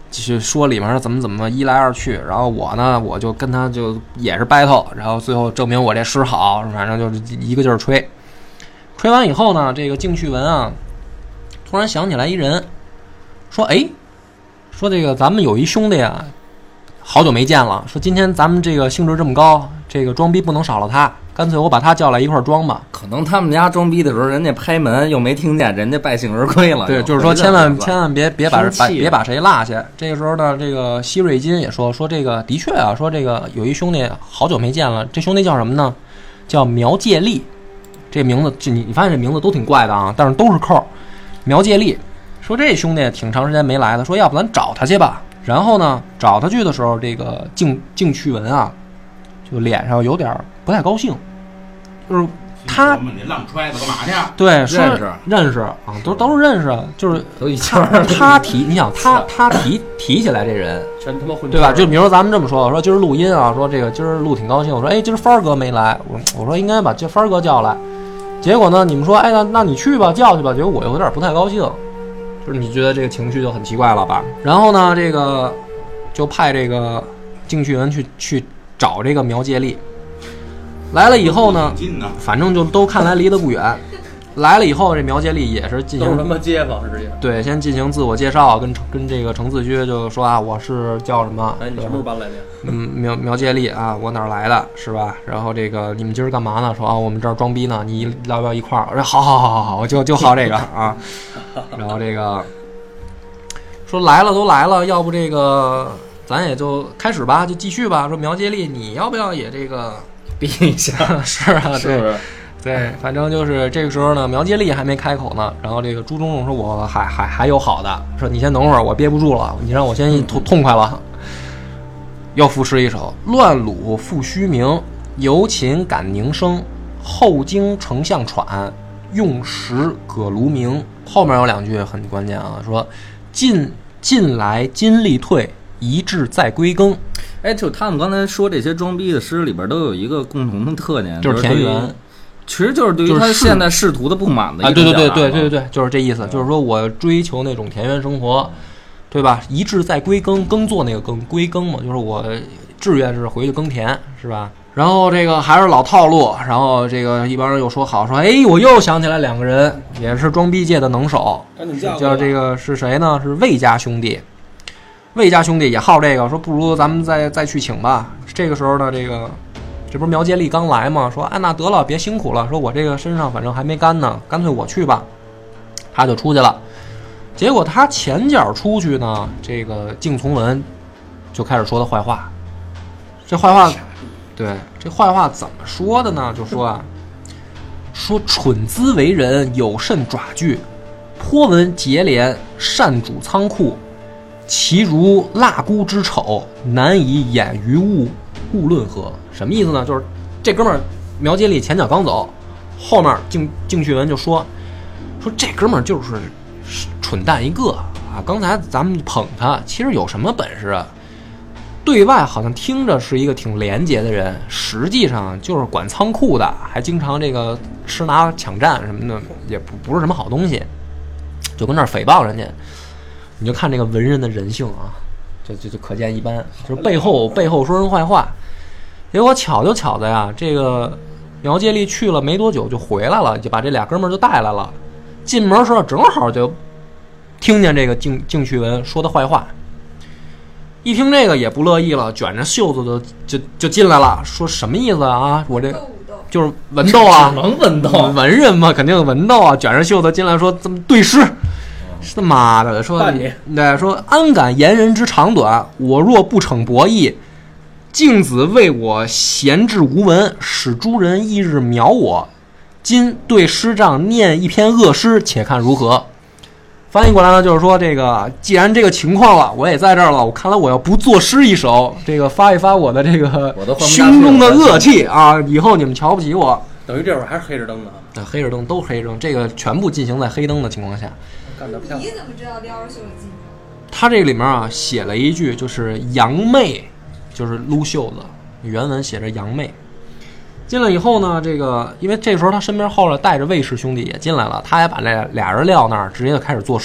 Speaker 2: 继续说里面是怎么怎么一来二去，然后我呢我就跟他就也是 battle， 然后最后证明我这诗好，反正就是一个劲儿吹。吹完以后呢，这个敬旭文啊，突然想起来一人，说哎，说这个咱们有一兄弟啊，好久没见了，说今天咱们这个兴致这么高，这个装逼不能少了他，干脆我把他叫来一块装吧。
Speaker 4: 可能他们家装逼的时候，人家拍门又没听见，人家败兴而归了。
Speaker 2: 对，就是说千万千万别别把把别把谁落下。这个时候呢，这个西瑞金也说说这个的确啊，说这个有一兄弟好久没见了，这兄弟叫什么呢？叫苗介利。这名字，这你你发现这名字都挺怪的啊，但是都是扣。苗介利说这兄弟挺长时间没来的，说要不咱找他去吧。然后呢，找他去的时候，这个敬敬旭文啊，就脸上有点不太高兴，就是他
Speaker 6: 你浪揣子干嘛去？
Speaker 2: 对，说
Speaker 4: 认识
Speaker 2: 认识啊，都都是认识，就是
Speaker 4: 都一
Speaker 2: 他他提，你想他他提提起来这人，
Speaker 3: 全他妈混，
Speaker 2: 对吧？就比如说咱们这么说，我说今儿录音啊，说这个今儿录挺高兴，我说哎今儿帆儿哥没来，我我说应该把这帆儿哥叫来，结果呢你们说哎那那你去吧叫去吧，结果我有点不太高兴，就是你觉得这个情绪就很奇怪了吧？然后呢这个就派这个敬旭文去去找这个苗介利。来了以后呢，反正就都看来离得不远。来了以后，这苗介利也是进行
Speaker 3: 都是他妈街坊直接。
Speaker 2: 对，先进行自我介绍，跟跟这个程自居就说啊，我是叫什么？
Speaker 3: 哎，你什么时候搬来的？
Speaker 2: 嗯，苗苗介利啊，我哪儿来的，是吧？然后这个你们今儿干嘛呢？说啊，我们这儿装逼呢，你要不要一块儿？我说好好好好好，我就就好这个啊。然后这个说来了都来了，要不这个咱也就开始吧，就继续吧。说苗介利，你要不要也这个？
Speaker 4: 逼一下
Speaker 2: 是啊，对，
Speaker 4: 是
Speaker 2: 对，反正就是这个时候呢，苗介利还没开口呢，然后这个朱中仲说我还还还有好的，说你先等会儿，我憋不住了，你让我先痛痛快了。又赋诗一首：乱鲁复虚名，由秦感宁生，后经丞相喘，用时葛卢明。后面有两句很关键啊，说近近来今力退，一至再归耕。
Speaker 4: 哎，就他们刚才说这些装逼的诗里边都有一个共同的特点，
Speaker 2: 就是田园，
Speaker 4: 其实就是对于他现在仕途的不满的一种
Speaker 2: 啊，对对对对对对对，就是这意思，就是说我追求那种田园生活，对吧？一志在归耕，耕作那个耕，归耕嘛，就是我志愿是回去耕田，是吧？然后这个还是老套路，然后这个一帮人又说好，说哎，我又想起来两个人，也是装逼界的能手，叫这个是谁呢？是魏家兄弟。魏家兄弟也好这个，说不如咱们再再去请吧。这个时候呢，这个这不是苗介利刚来吗？说哎，那得了，别辛苦了。说我这个身上反正还没干呢，干脆我去吧。他就出去了。结果他前脚出去呢，这个敬从文就开始说他坏话。这坏话，对，这坏话怎么说的呢？就说啊，说蠢资为人，有甚爪具，颇闻结连，善主仓库。其如蜡姑之丑，难以掩于物，物论何？什么意思呢？就是这哥们儿苗介利前脚刚走，后面敬敬旭文就说说这哥们儿就是蠢蛋一个啊！刚才咱们捧他，其实有什么本事啊？对外好像听着是一个挺廉洁的人，实际上就是管仓库的，还经常这个吃拿抢占什么的，也不不是什么好东西，就跟那儿诽谤人家。你就看这个文人的人性啊，就就就可见一斑，就是背后背后说人坏话。结果巧就巧的呀，这个苗介利去了没多久就回来了，就把这俩哥们儿就带来了。进门的时候正好就听见这个敬敬旭文说的坏话，一听这个也不乐意了，卷着袖子就就就进来了，说什么意思啊？我这就是文斗啊，
Speaker 4: 能文斗，
Speaker 2: 文人嘛，肯定文斗啊，卷着袖子进来说这么对诗。他妈的说，对，说安敢言人之长短，我若不逞博弈，敬子为我闲置无闻，使诸人翌日描我。今对诗丈念一篇恶诗，且看如何。翻译过来呢，就是说这个既然这个情况了，我也在这儿了，我看来我要不作诗一首，这个发一发我的这个胸中的恶气啊，以后你们瞧不起我。
Speaker 3: 等于这会儿还是黑着灯呢？
Speaker 2: 对，黑着灯都黑着灯，这个全部进行在黑灯的情况下。
Speaker 5: 你怎么知道撩着袖子进？
Speaker 2: 他这个里面啊写了一句，就是杨妹，就是撸袖子，原文写着杨妹。进来以后呢，这个因为这时候他身边后来带着魏氏兄弟也进来了，他也把这俩人撂那儿，直接就开始作诗。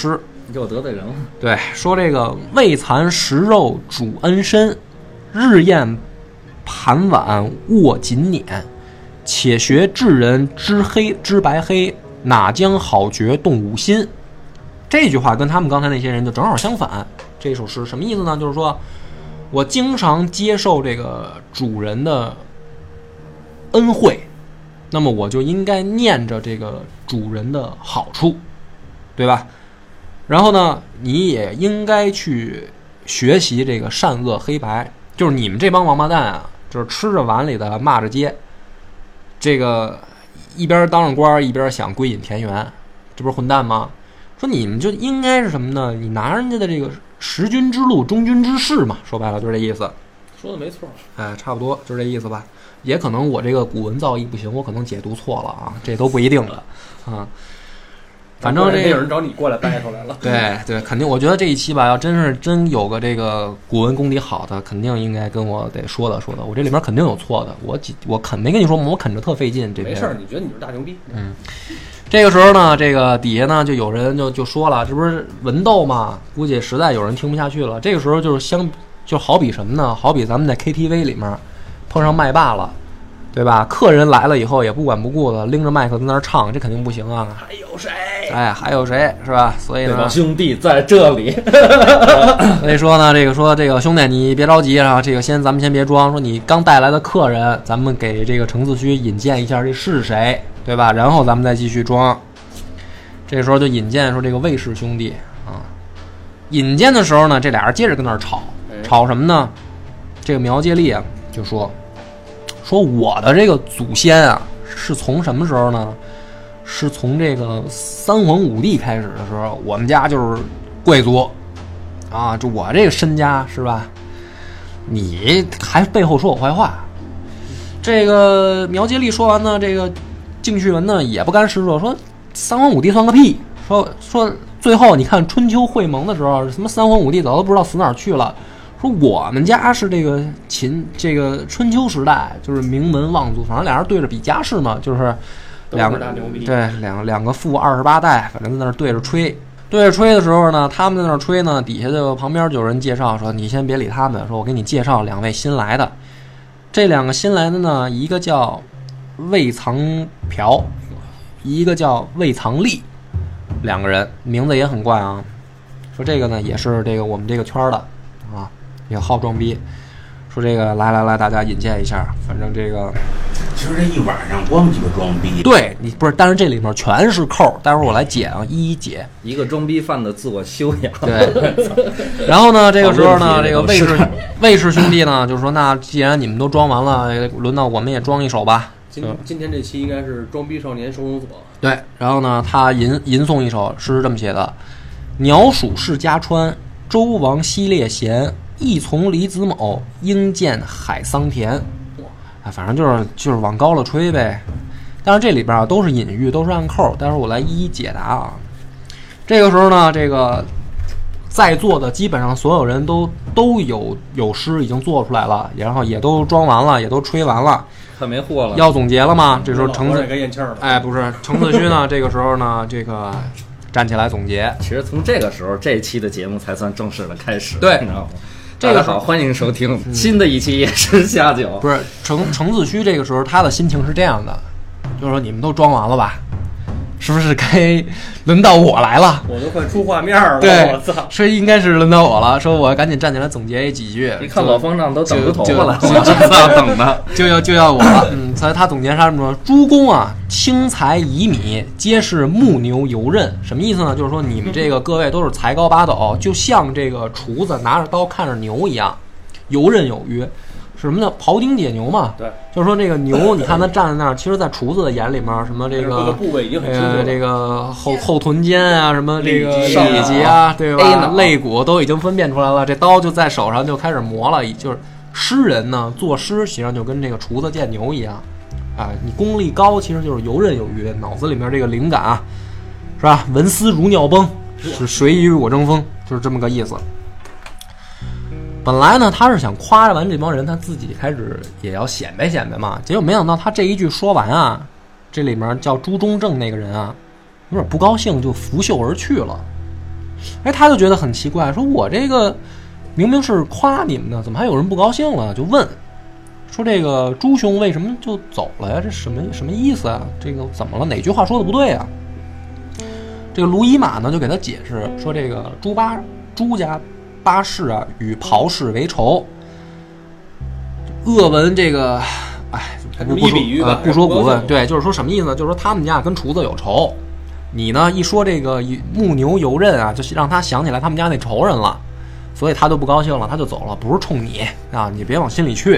Speaker 4: 又得罪人了。
Speaker 2: 对，说这个未餐食肉主恩身，日宴盘碗握紧捻，且学智人知黑知白黑，哪将好觉动吾心。这句话跟他们刚才那些人就正好相反。这首诗什么意思呢？就是说我经常接受这个主人的恩惠，那么我就应该念着这个主人的好处，对吧？然后呢，你也应该去学习这个善恶黑白，就是你们这帮王八蛋啊，就是吃着碗里的骂着街，这个一边当着官一边想归隐田园，这不是混蛋吗？说你们就应该是什么呢？你拿人家的这个识君之路忠君之事嘛，说白了就是这意思。
Speaker 3: 说的没错，
Speaker 2: 哎，差不多就是这意思吧。也可能我这个古文造诣不行，我可能解读错了啊，这都不一定的啊。反正这个
Speaker 3: 有人找你过来掰出来了。
Speaker 2: 对对，肯定。我觉得这一期吧，要真是真有个这个古文功底好的，肯定应该跟我得说的说的。我这里面肯定有错的，我我肯没跟你说，我啃着特费劲。这边
Speaker 3: 没事，你觉得你是大牛逼？
Speaker 2: 嗯。这个时候呢，这个底下呢就有人就就说了，这不是文斗吗？估计实在有人听不下去了。这个时候就是相就好比什么呢？好比咱们在 K T V 里面碰上麦霸了，对吧？客人来了以后也不管不顾的拎着麦克在那儿唱，这肯定不行啊。
Speaker 3: 还有谁？
Speaker 2: 哎，还有谁是吧？所以呢，
Speaker 4: 这帮兄弟在这里。
Speaker 2: 所以说呢，这个说这个兄弟你别着急啊，这个先咱们先别装，说你刚带来的客人，咱们给这个程自虚引荐一下这是谁，对吧？然后咱们再继续装。这时候就引荐说这个魏氏兄弟啊，引荐的时候呢，这俩人接着跟那儿吵，吵什么呢？这个苗接力啊就说说我的这个祖先啊是从什么时候呢？是从这个三皇五帝开始的时候，我们家就是贵族啊，就我这个身家是吧？你还背后说我坏话。这个苗接力说完呢，这个敬旭文呢也不甘示弱，说三皇五帝算个屁，说说最后你看春秋会盟的时候，什么三皇五帝早都不知道死哪儿去了。说我们家是这个秦这个春秋时代，就是名门望族，反正俩人对着比家世嘛，就是两个对两两个富二十八代，反正在那儿对着吹。对着吹的时候呢，他们在那儿吹呢，底下就旁边就有人介绍说，你先别理他们，说我给你介绍两位新来的。这两个新来的呢，一个叫魏藏朴，一个叫魏藏利，两个人名字也很怪啊。说这个呢也是这个我们这个圈的啊，也好装逼。说这个来来来，大家引荐一下，反正这个
Speaker 6: 其实这一晚上光鸡巴装逼。
Speaker 2: 对你不是，但是这里面全是扣，待会儿我来解啊，一一解。
Speaker 4: 一个装逼犯的自我修养。
Speaker 2: 对。然后呢，这个时候呢，这个魏氏魏氏兄弟呢，就说那既然你们都装完了，轮到我们也装一首吧。
Speaker 3: 今今天这期应该是装逼少年收容所。
Speaker 2: 对，然后呢，他吟吟诵一首诗，是这么写的：鸟属世家川，周王西列贤。一从李子某，应见海桑田。啊，反正就是就是往高了吹呗。但是这里边啊都是隐喻，都是暗扣，待会儿我来一一解答啊。这个时候呢，这个在座的基本上所有人都都有有诗已经做出来了，然后也都装完了，也都吹完了，
Speaker 4: 快没货了。
Speaker 2: 要总结了吗？这时候程子哎，不是程子虚呢，这个时候呢，这个站起来总结。
Speaker 4: 其实从这个时候，这一期的节目才算正式的开始。
Speaker 2: 对，
Speaker 4: 你知道吗？
Speaker 2: 这个
Speaker 4: 好，欢迎收听新的一期夜市下酒。
Speaker 2: 不是程程子虚这个时候他的心情是这样的，就是说你们都装完了吧？是不是该轮到我来了？
Speaker 3: 我都快出画面了。
Speaker 2: 对，
Speaker 3: 我操，
Speaker 2: 是应该是轮到我了。说我赶紧站起来总结几句。
Speaker 4: 一看老方丈都等出头发了，
Speaker 2: 就就要等的，就要就要我了。嗯，所以他总结他这么说：诸公啊，轻财乙米，皆是木牛游刃。什么意思呢？就是说你们这个各位都是才高八斗，就像这个厨子拿着刀看着牛一样，游刃有余。什么呢？庖丁解牛嘛。
Speaker 3: 对，
Speaker 2: 就是说这个牛，你看他站在那儿，其实，在厨子的眼里面，什么这个
Speaker 3: 各个部位已经很清楚了。
Speaker 2: 呃，这个后后臀尖啊，什么这个里脊啊，对吧？肋骨都已经分辨出来了。这刀就在手上就开始磨了。就是诗人呢，作诗实际上就跟这个厨子见牛一样啊。你功力高，其实就是游刃有余，脑子里面这个灵感啊，是吧？文思如尿崩，是随意我争锋，就是这么个意思。本来呢，他是想夸完这帮人，他自己开始也要显摆显摆嘛。结果没想到他这一句说完啊，这里面叫朱中正那个人啊，有点不高兴，就拂袖而去了。 哎，他就觉得很奇怪，说我这个明明是夸你们的，怎么还有人不高兴了？就问说这个朱兄为什么就走了呀？这什么什么意思啊？这个怎么了？哪句话说的不对啊？这个卢以马呢就给他解释说，这个朱八朱家八世啊与袍氏为仇，恶闻这个，哎，不不说呃不说古问，对，就是说什么意思呢？就是说他们家跟厨子有仇，你呢一说这个木牛游刃啊，就是让他想起来他们家那仇人了，所以他就不高兴了，他就走了，不是冲你啊，你别往心里去。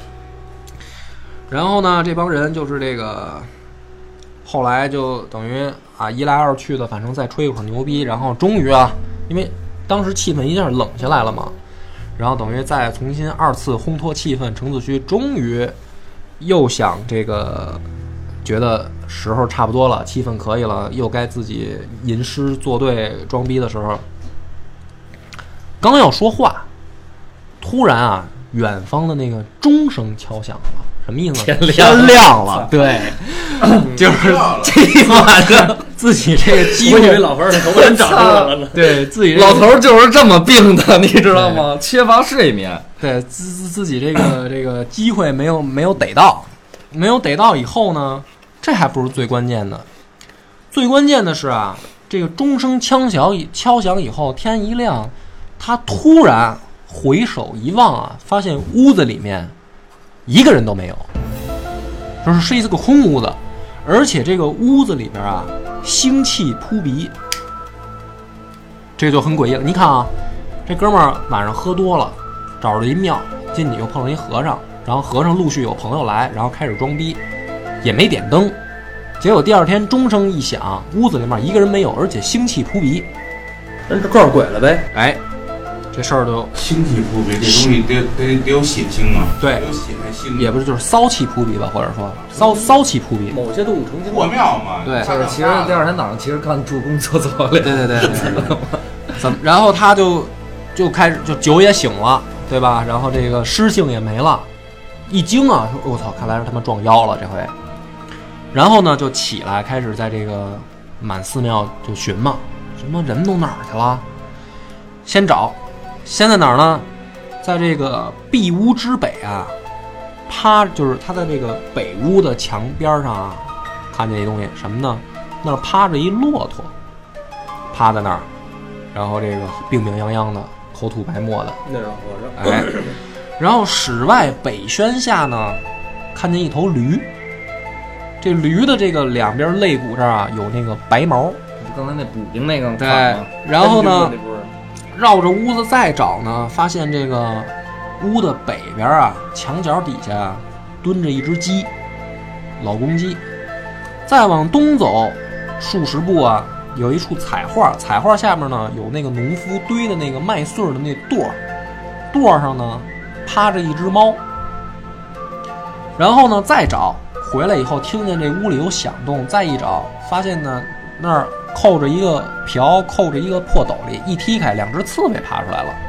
Speaker 2: 然后呢，这帮人就是这个，后来就等于啊一来二去的，反正再吹一会儿牛逼，然后终于啊，因为当时气氛一下冷下来了嘛，然后等于再重新二次烘托气氛，程子虚终于又想这个觉得时候差不多了，气氛可以了，又该自己吟诗作对装逼的时候，刚要说话，突然啊，远方的那个钟声敲响了。什么意思？
Speaker 4: 天亮了，
Speaker 2: 天亮了，对，就是这晚上自己这个机会，
Speaker 3: 我以为老头儿那头发人长出来了呢。
Speaker 2: 对自己、这
Speaker 4: 个、老头就是这么病的，你知道吗？缺乏睡眠。
Speaker 2: 对自自己这个这个机会没有没有逮到，没有逮到以后呢，这还不是最关键的，最关键的是啊，这个钟声敲响敲响以后，天一亮，他突然回首一望啊，发现屋子里面一个人都没有，就是是一个空屋子，而且这个屋子里边啊，腥气扑鼻，这就很诡异了。你看啊，这哥们儿晚上喝多了，找着一庙，进去又碰上一和尚，然后和尚陆续有朋友来，然后开始装逼，也没点灯，结果第二天钟声一响，屋子里面一个人没有，而且腥气扑鼻，
Speaker 3: 人这撞鬼了呗？
Speaker 2: 哎。这事儿就
Speaker 6: 腥气扑鼻，这东西得得得有血腥啊！
Speaker 2: 对，
Speaker 6: 有血才腥。
Speaker 2: 也不是，就是骚气扑鼻吧，或者说骚骚气扑鼻。
Speaker 3: 某些动物成精。
Speaker 6: 破庙嘛，
Speaker 2: 对，
Speaker 4: 就是其实第二天早上其实干助攻厕所里。
Speaker 2: 对对对对对。怎么？然后他就就开始就酒也醒了，对吧？然后这个诗性也没了，一惊啊，说我操，看来是他妈撞妖了这回。然后呢，就起来开始在这个满寺庙就寻嘛，什么人都哪儿去了？先找。先在哪儿呢？在这个壁屋之北啊，趴就是他在这个北屋的墙边上啊，看见一东西什么呢？那儿趴着一骆驼，趴在那儿，然后这个病病殃殃的，口吐白沫的，
Speaker 3: 那是和尚。
Speaker 2: 哎，然后室外北轩下呢，看见一头驴，这驴的这个两边肋骨这儿啊有那个白毛，
Speaker 4: 刚才那补丁那个。
Speaker 2: 对，然后呢？绕着屋子再找呢，发现这个屋的北边啊，墙角底下蹲着一只鸡，老公鸡。再往东走数十步啊，有一处彩画，彩画下面呢有那个农夫堆的那个麦穗的那垛，垛上呢趴着一只猫。然后呢再找回来以后，听见这屋里有响动，再一找发现呢那儿扣着一个瓢，扣着一个破斗笠，一踢开，两只刺猬爬出来了。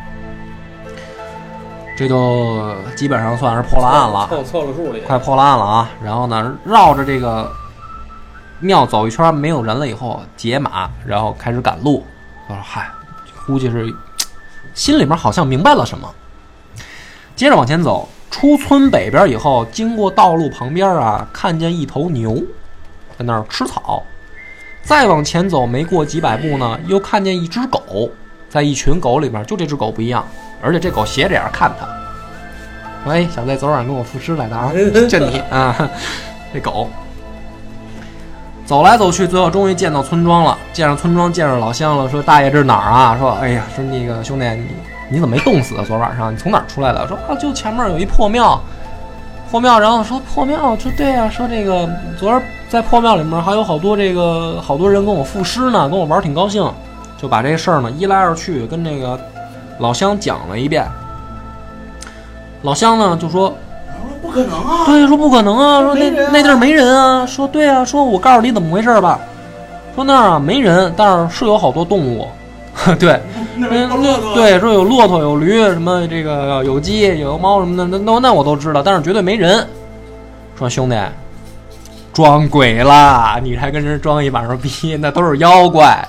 Speaker 2: 这就基本上算是破了案了，
Speaker 3: 凑凑了数里，
Speaker 2: 快破了案了啊！然后呢，绕着这个庙走一圈，没有人了以后，解马，然后开始赶路。我说嗨，估计是心里面好像明白了什么。接着往前走，出村北边以后，经过道路旁边啊，看见一头牛在那儿吃草。再往前走没过几百步呢，又看见一只狗，在一群狗里面，就这只狗不一样，而且这狗斜着眼看他。喂，小子，昨晚跟我赋诗来的啊，这你啊，这狗。走来走去，最后终于见到村庄了，见上村庄，见着老乡了，说大爷这是哪儿啊？说哎呀，说那个兄弟，你你怎么没冻死啊？昨晚上你从哪儿出来的？说啊，就前面有一破庙。破庙，然后说破庙，说对啊，说这个昨儿在破庙里面还有好多这个好多人跟我赋诗呢，跟我玩挺高兴，就把这事儿呢一来二去跟这个老乡讲了一遍。老乡呢就说
Speaker 6: 不可能啊，
Speaker 2: 对，说不可能啊，说那那地儿没人啊，说对啊，说我告诉你怎么回事吧，说那儿啊没人，但是是有好多动物，对。那对说有骆驼有驴什么这个有鸡有猫什么的，那那那我都知道，但是绝对没人。说兄弟，装鬼啦，你还跟人装一晚上逼，那都是妖怪。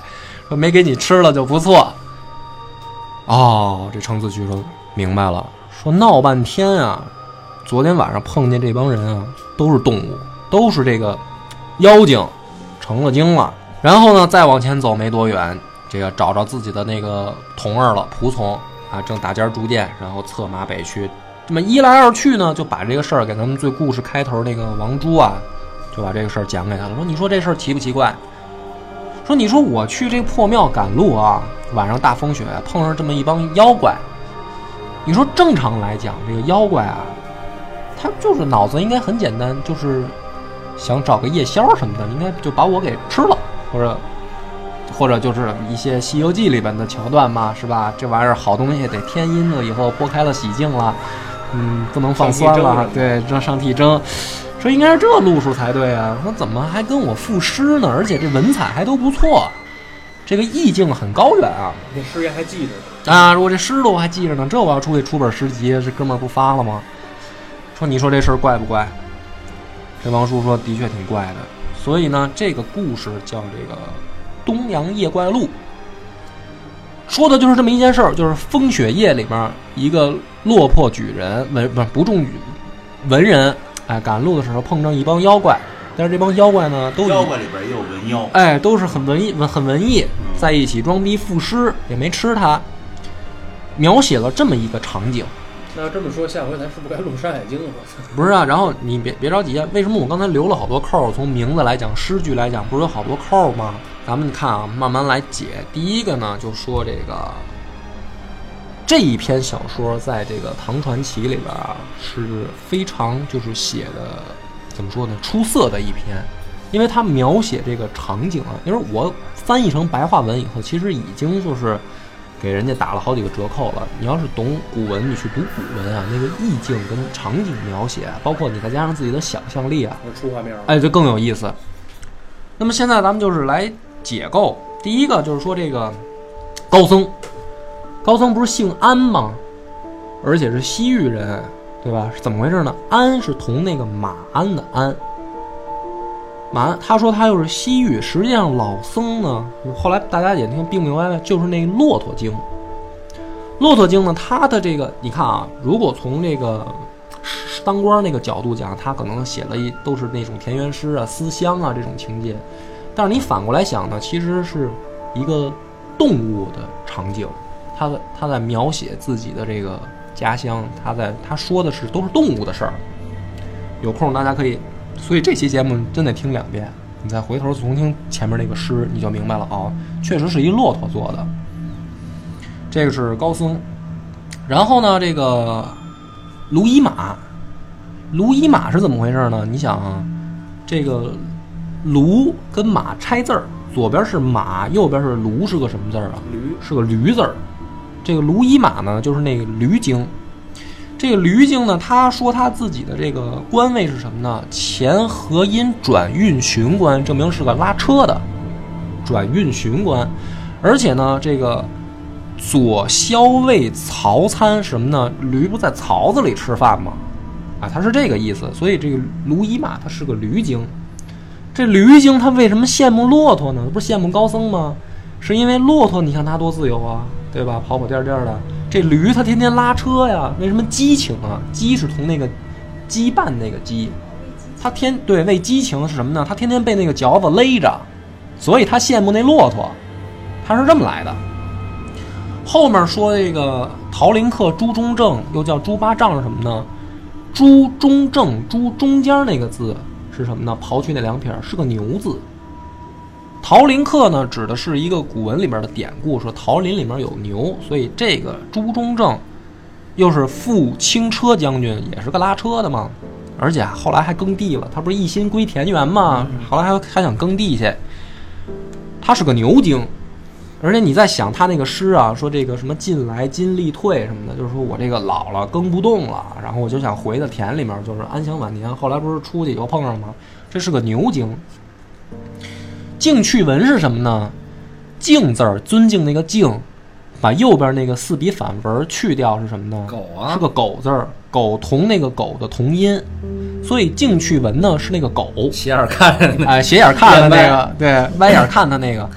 Speaker 2: 说没给你吃了就不错。哦，这程子旭说明白了，说闹半天啊，昨天晚上碰见这帮人啊，都是动物，都是这个妖精，成了精了。然后呢，再往前走没多远，这个找着自己的那个童儿了，仆从啊，正打尖逐渐，然后策马北去。这么一来二去呢，就把这个事儿给咱们最故事开头那个王珠啊，就把这个事儿讲给他了。说你说这事儿奇不奇怪？说你说我去这破庙赶路啊，晚上大风雪碰上这么一帮妖怪，你说正常来讲，这个妖怪啊，他就是脑子应该很简单，就是想找个夜宵什么的，应该就把我给吃了，或者或者就是一些《西游记》里边的桥段嘛，是吧？这玩意儿好东西得添阴了，以后剥开了洗净了，嗯，不能放酸了，对，这上屉蒸。说应该是这路数才对啊！说怎么还跟我赋诗呢？而且这文采还都不错，这个意境很高远啊！
Speaker 3: 这诗也还记着呢
Speaker 2: 啊！我这诗都还记着呢，这我要出去出本诗集，这哥们儿不发了吗？说你说这事儿怪不怪？这王叔说的确挺怪的。所以呢，这个故事叫这个《东洋夜怪录》，说的就是这么一件事儿，就是风雪夜里面一个落魄举人文不是不中文人。哎，赶路的时候碰上一帮妖怪，但是这帮妖怪呢，都
Speaker 6: 妖怪里边也有文妖，
Speaker 2: 哎，都是很文艺、很文艺，在一起装逼赋诗，也没吃它，描写了这么一个场景。
Speaker 3: 那要这么说，下回咱是不是该录《山海经》了？
Speaker 2: 不是啊，然后你别别着急啊，为什么我刚才留了好多扣？从名字来讲，诗句来讲，不是有好多扣吗？咱们看啊，慢慢来解。第一个呢，就说这个。这一篇小说在这个《唐传奇》里边啊是非常就是写的怎么说呢出色的一篇，因为它描写这个场景啊，因为我翻译成白话文以后，其实已经就是给人家打了好几个折扣了。你要是懂古文，你去读古文啊，那个意境跟场景描写，包括你再加上自己的想象力啊，
Speaker 3: 出画面，
Speaker 2: 哎，就更有意思。那么现在咱们就是来解构，第一个就是说这个高僧。高僧不是姓安吗？而且是西域人，对吧？是怎么回事呢？安是同那个马鞍的安，马鞍他说他又是西域，实际上老僧呢，后来大家也听并明白了，就是那骆驼经。骆驼经呢，它的这个你看啊，如果从这个当官那个角度讲，他可能写了一都是那种田园诗啊、思乡啊这种情节，但是你反过来想呢，其实是一个动物的场景。他的他在描写自己的这个家乡，他在他说的是都是动物的事儿。有空大家可以，所以这期节目真得听两遍，你再回头重听前面那个诗，你就明白了哦，确实是一骆驼做的。这个是高僧，然后呢，这个卢衣马，卢衣马是怎么回事呢？你想啊，这个卢跟马拆字儿，左边是马，右边是卢，是个什么字儿啊？
Speaker 3: 驴，
Speaker 2: 是个驴字儿。这个卢衣马呢，就是那个驴经。这个驴经呢，他说他自己的这个官位是什么呢？前河阴转运巡官，证明是个拉车的转运巡官。而且呢，这个左骁卫曹参什么呢？驴不在槽子里吃饭吗？啊，他是这个意思。所以这个卢衣马他是个驴经。这驴经他为什么羡慕骆驼呢？不是羡慕高僧吗？是因为骆驼你看它多自由啊，对吧？跑跑颠颠的。这驴它天天拉车呀，为什么激情啊？激是从那个羁绊那个激，它天对为激情是什么呢？它天天被那个嚼子勒着，所以他羡慕那骆驼，他是这么来的。后面说这个桃林客朱中正，又叫猪八丈是什么呢？朱中正，朱中间那个字是什么呢？刨去那两撇是个牛字。桃林客呢，指的是一个古文里面的典故，说桃林里面有牛，所以这个朱中正又是副轻车将军，也是个拉车的嘛，而且后来还耕地了，他不是一心归田园嘛，后来还还想耕地去，他是个牛精。而且你在想他那个诗啊，说这个什么近来今力退什么的，就是说我这个老了耕不动了，然后我就想回到田里面，就是安享晚年。后来不是出去又碰上吗？这是个牛精。敬去文是什么呢？敬字儿，尊敬那个敬，把右边那个四笔反文去掉是什么呢？
Speaker 4: 狗啊，
Speaker 2: 是个狗字儿，狗同那个狗的同音，所以敬去文呢是那个狗，
Speaker 4: 斜眼看着，
Speaker 2: 哎，斜眼看他那个，对，歪眼看他那个。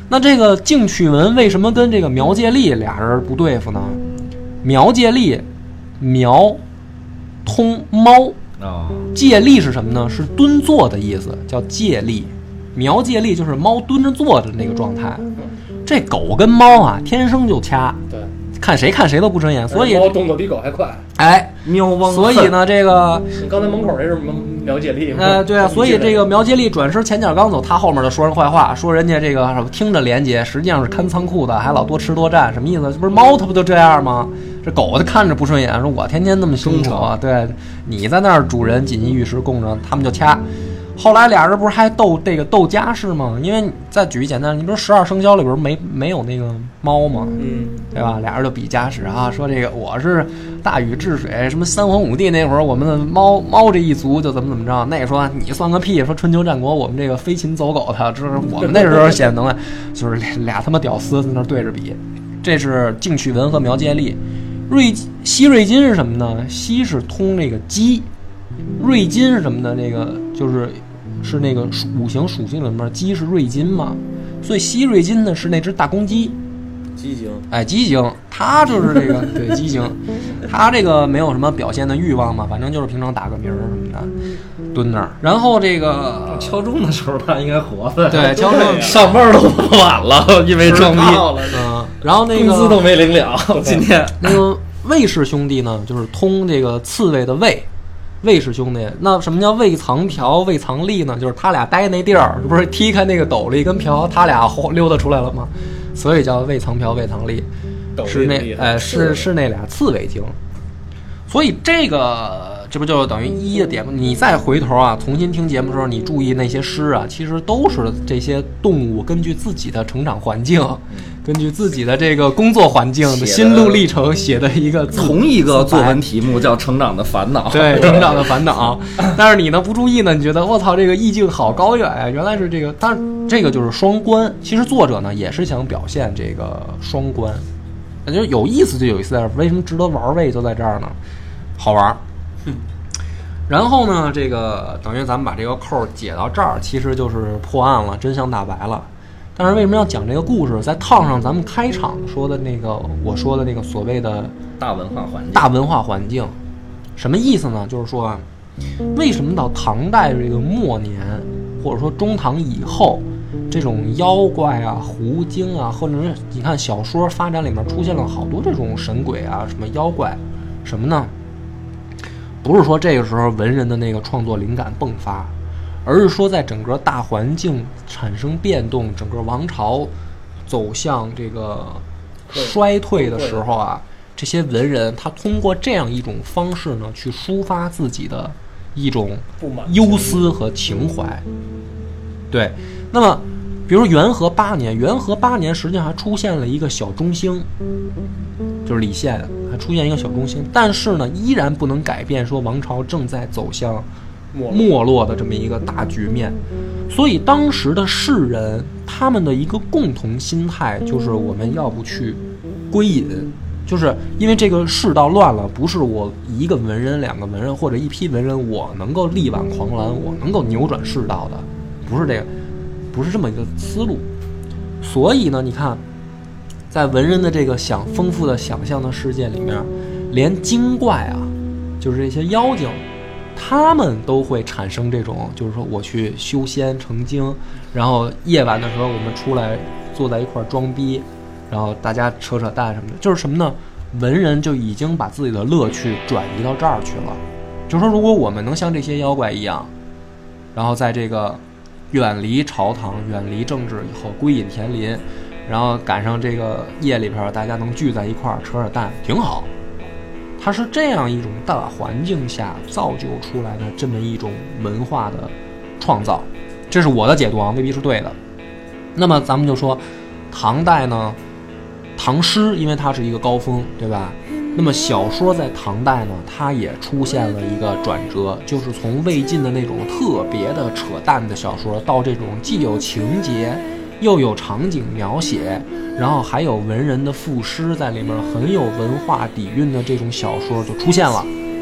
Speaker 2: 那这个敬曲文为什么跟这个苗介利俩人不对付呢？苗介利，苗通猫，
Speaker 4: 哦，
Speaker 2: 介利是什么呢？是蹲坐的意思，叫介利。苗介利就是猫蹲着坐的那个状态。这狗跟猫啊，天生就掐，
Speaker 3: 对，
Speaker 2: 看谁看谁都不顺眼，所以
Speaker 3: 猫动作比狗还快。
Speaker 2: 哎，
Speaker 4: 喵汪，
Speaker 2: 所以呢，这个
Speaker 3: 刚才门口那是苗介利吗？
Speaker 2: 呃，对啊，所以这个苗介利转身前脚刚走，他后面就说人坏话，说人家这个听着廉洁，实际上是看仓库的，还老多吃多占，什么意思？这不是猫它不就这样吗？这狗它看着不顺眼，说我天天那么辛苦啊，对，你在那儿主人锦衣玉食供着，他们就掐。后来俩人不是还斗这个斗家事吗？因为再举一简单，你不是十二生肖里边没没有那个猫吗？
Speaker 3: 嗯，
Speaker 2: 对吧？俩人就比家事啊，说这个我是大禹治水，什么三皇五帝那会儿，我们的猫猫这一族就怎么怎么着。那个说你算个屁，说春秋战国我们这个飞禽走狗的，这是我们那时候显能耐，就是俩他妈屌丝在那对着比。这是敬曲文和苗介利。瑞西瑞金是什么呢？西是通那个鸡，瑞金是什么呢？那个就是是那个五行属性里面鸡是瑞金嘛，所以西瑞金呢是那只大公鸡。
Speaker 3: 畸形，
Speaker 2: 哎，畸形，他就是这个对畸形，他这个没有什么表现的欲望嘛，反正就是平常打个鸣儿什么的，蹲那儿。然后这个
Speaker 4: 敲钟的时候他应该活的，
Speaker 2: 对，敲钟
Speaker 4: 上班都晚了，因为装逼，
Speaker 2: 嗯，然后那个
Speaker 4: 工资都没领了。今天
Speaker 2: 那个魏氏兄弟呢，就是通这个刺猬的魏。魏氏兄弟，那什么叫魏藏瓢、魏藏利呢？就是他俩待那地儿，不是踢开那个斗笠跟瓢，他俩溜达出来了吗？所以叫魏藏瓢、魏藏利，是那哎是是那俩刺猬精。所以这个这不就等于一的点吗？你再回头啊，重新听节目的时候，你注意那些诗啊，其实都是这些动物根据自己的成长环境，根据自己的这个工作环境的心路历程写的一个
Speaker 4: 同一个作文题目叫《成长的烦恼》，
Speaker 2: 对，成长的烦恼。但是你呢不注意呢，你觉得我操这个意境好高远呀，原来是这个。但是这个就是双关，其实作者呢也是想表现这个双关，就是有意思就有意思在这儿，为什么值得玩味就在这儿呢？好玩。然后呢，这个等于咱们把这个扣解到这儿，其实就是破案了，真相大白了。但是为什么要讲这个故事？再套上咱们开场说的那个，我说的那个所谓的
Speaker 4: 大文化环境，
Speaker 2: 大文化环境，什么意思呢？就是说啊，为什么到唐代这个末年，或者说中唐以后，这种妖怪啊、狐精啊，或者是你看小说发展里面出现了好多这种神鬼啊、什么妖怪，什么呢？不是说这个时候文人的那个创作灵感迸发，而是说在整个大环境产生变动，整个王朝走向这个衰退的时候啊，这些文人他通过这样一种方式呢，去抒发自己的一种忧思和情怀。对，那么比如元和八年，元和八年实际上还出现了一个小中兴，就是李宪还出现一个小中兴，但是呢，依然不能改变说王朝正在走向没落的这么一个大局面。所以当时的士人他们的一个共同心态就是我们要不去归隐，就是因为这个世道乱了，不是我一个文人两个文人或者一批文人我能够力挽狂澜，我能够扭转世道的，不是这个，不是这么一个思路。所以呢，你看在文人的这个想丰富的想象的世界里面，连精怪啊，就是这些妖精，他们都会产生这种，就是说我去修仙成精，然后夜晚的时候我们出来坐在一块装逼，然后大家扯扯淡什么的，就是什么呢？文人就已经把自己的乐趣转移到这儿去了。就是说，如果我们能像这些妖怪一样，然后在这个远离朝堂、远离政治以后，归隐田林，然后赶上这个夜里边大家能聚在一块儿扯扯淡，挺好。它是这样一种大环境下造就出来的这么一种文化的创造，这是我的解读啊，未必是对的。那么咱们就说唐代呢，唐诗因为它是一个高峰，对吧？那么小说在唐代呢，它也出现了一个转折，就是从魏晋的那种特别的扯淡的小说，到这种既有情节又有场景描写，然后还有文人的赋诗在里面，很有文化底蕴的这种小说就出现了。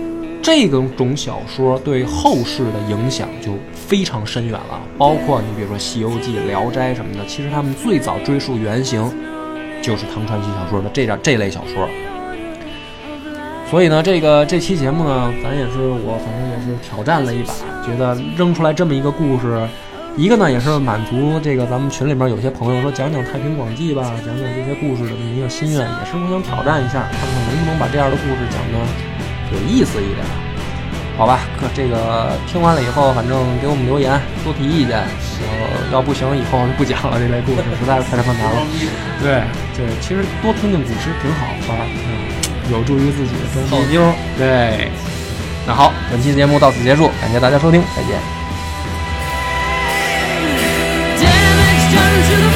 Speaker 2: 这种小说对后世的影响就非常深远了，包括你比如说《西游记》《聊斋》什么的，其实他们最早追溯原型就是唐传奇小说的这样这类小说。所以呢，这个这期节目呢，咱也是我反正也是挑战了一把，觉得扔出来这么一个故事，一个呢也是满足这个咱们群里面有些朋友说讲讲太平广记吧，讲讲这些故事的这么一个心愿，也是我想挑战一下，看看能不能把这样的故事讲得有意思一点。好吧，可这个听完了以后，反正给我们留言，多提意见。要不行，以后就不讲了这类故事，实在是太他妈难了。对对，其实多听听古诗挺好，好吧，嗯，有助于自己的装逼妞。对，那好，本期节目到此结束，感谢大家收听，再见。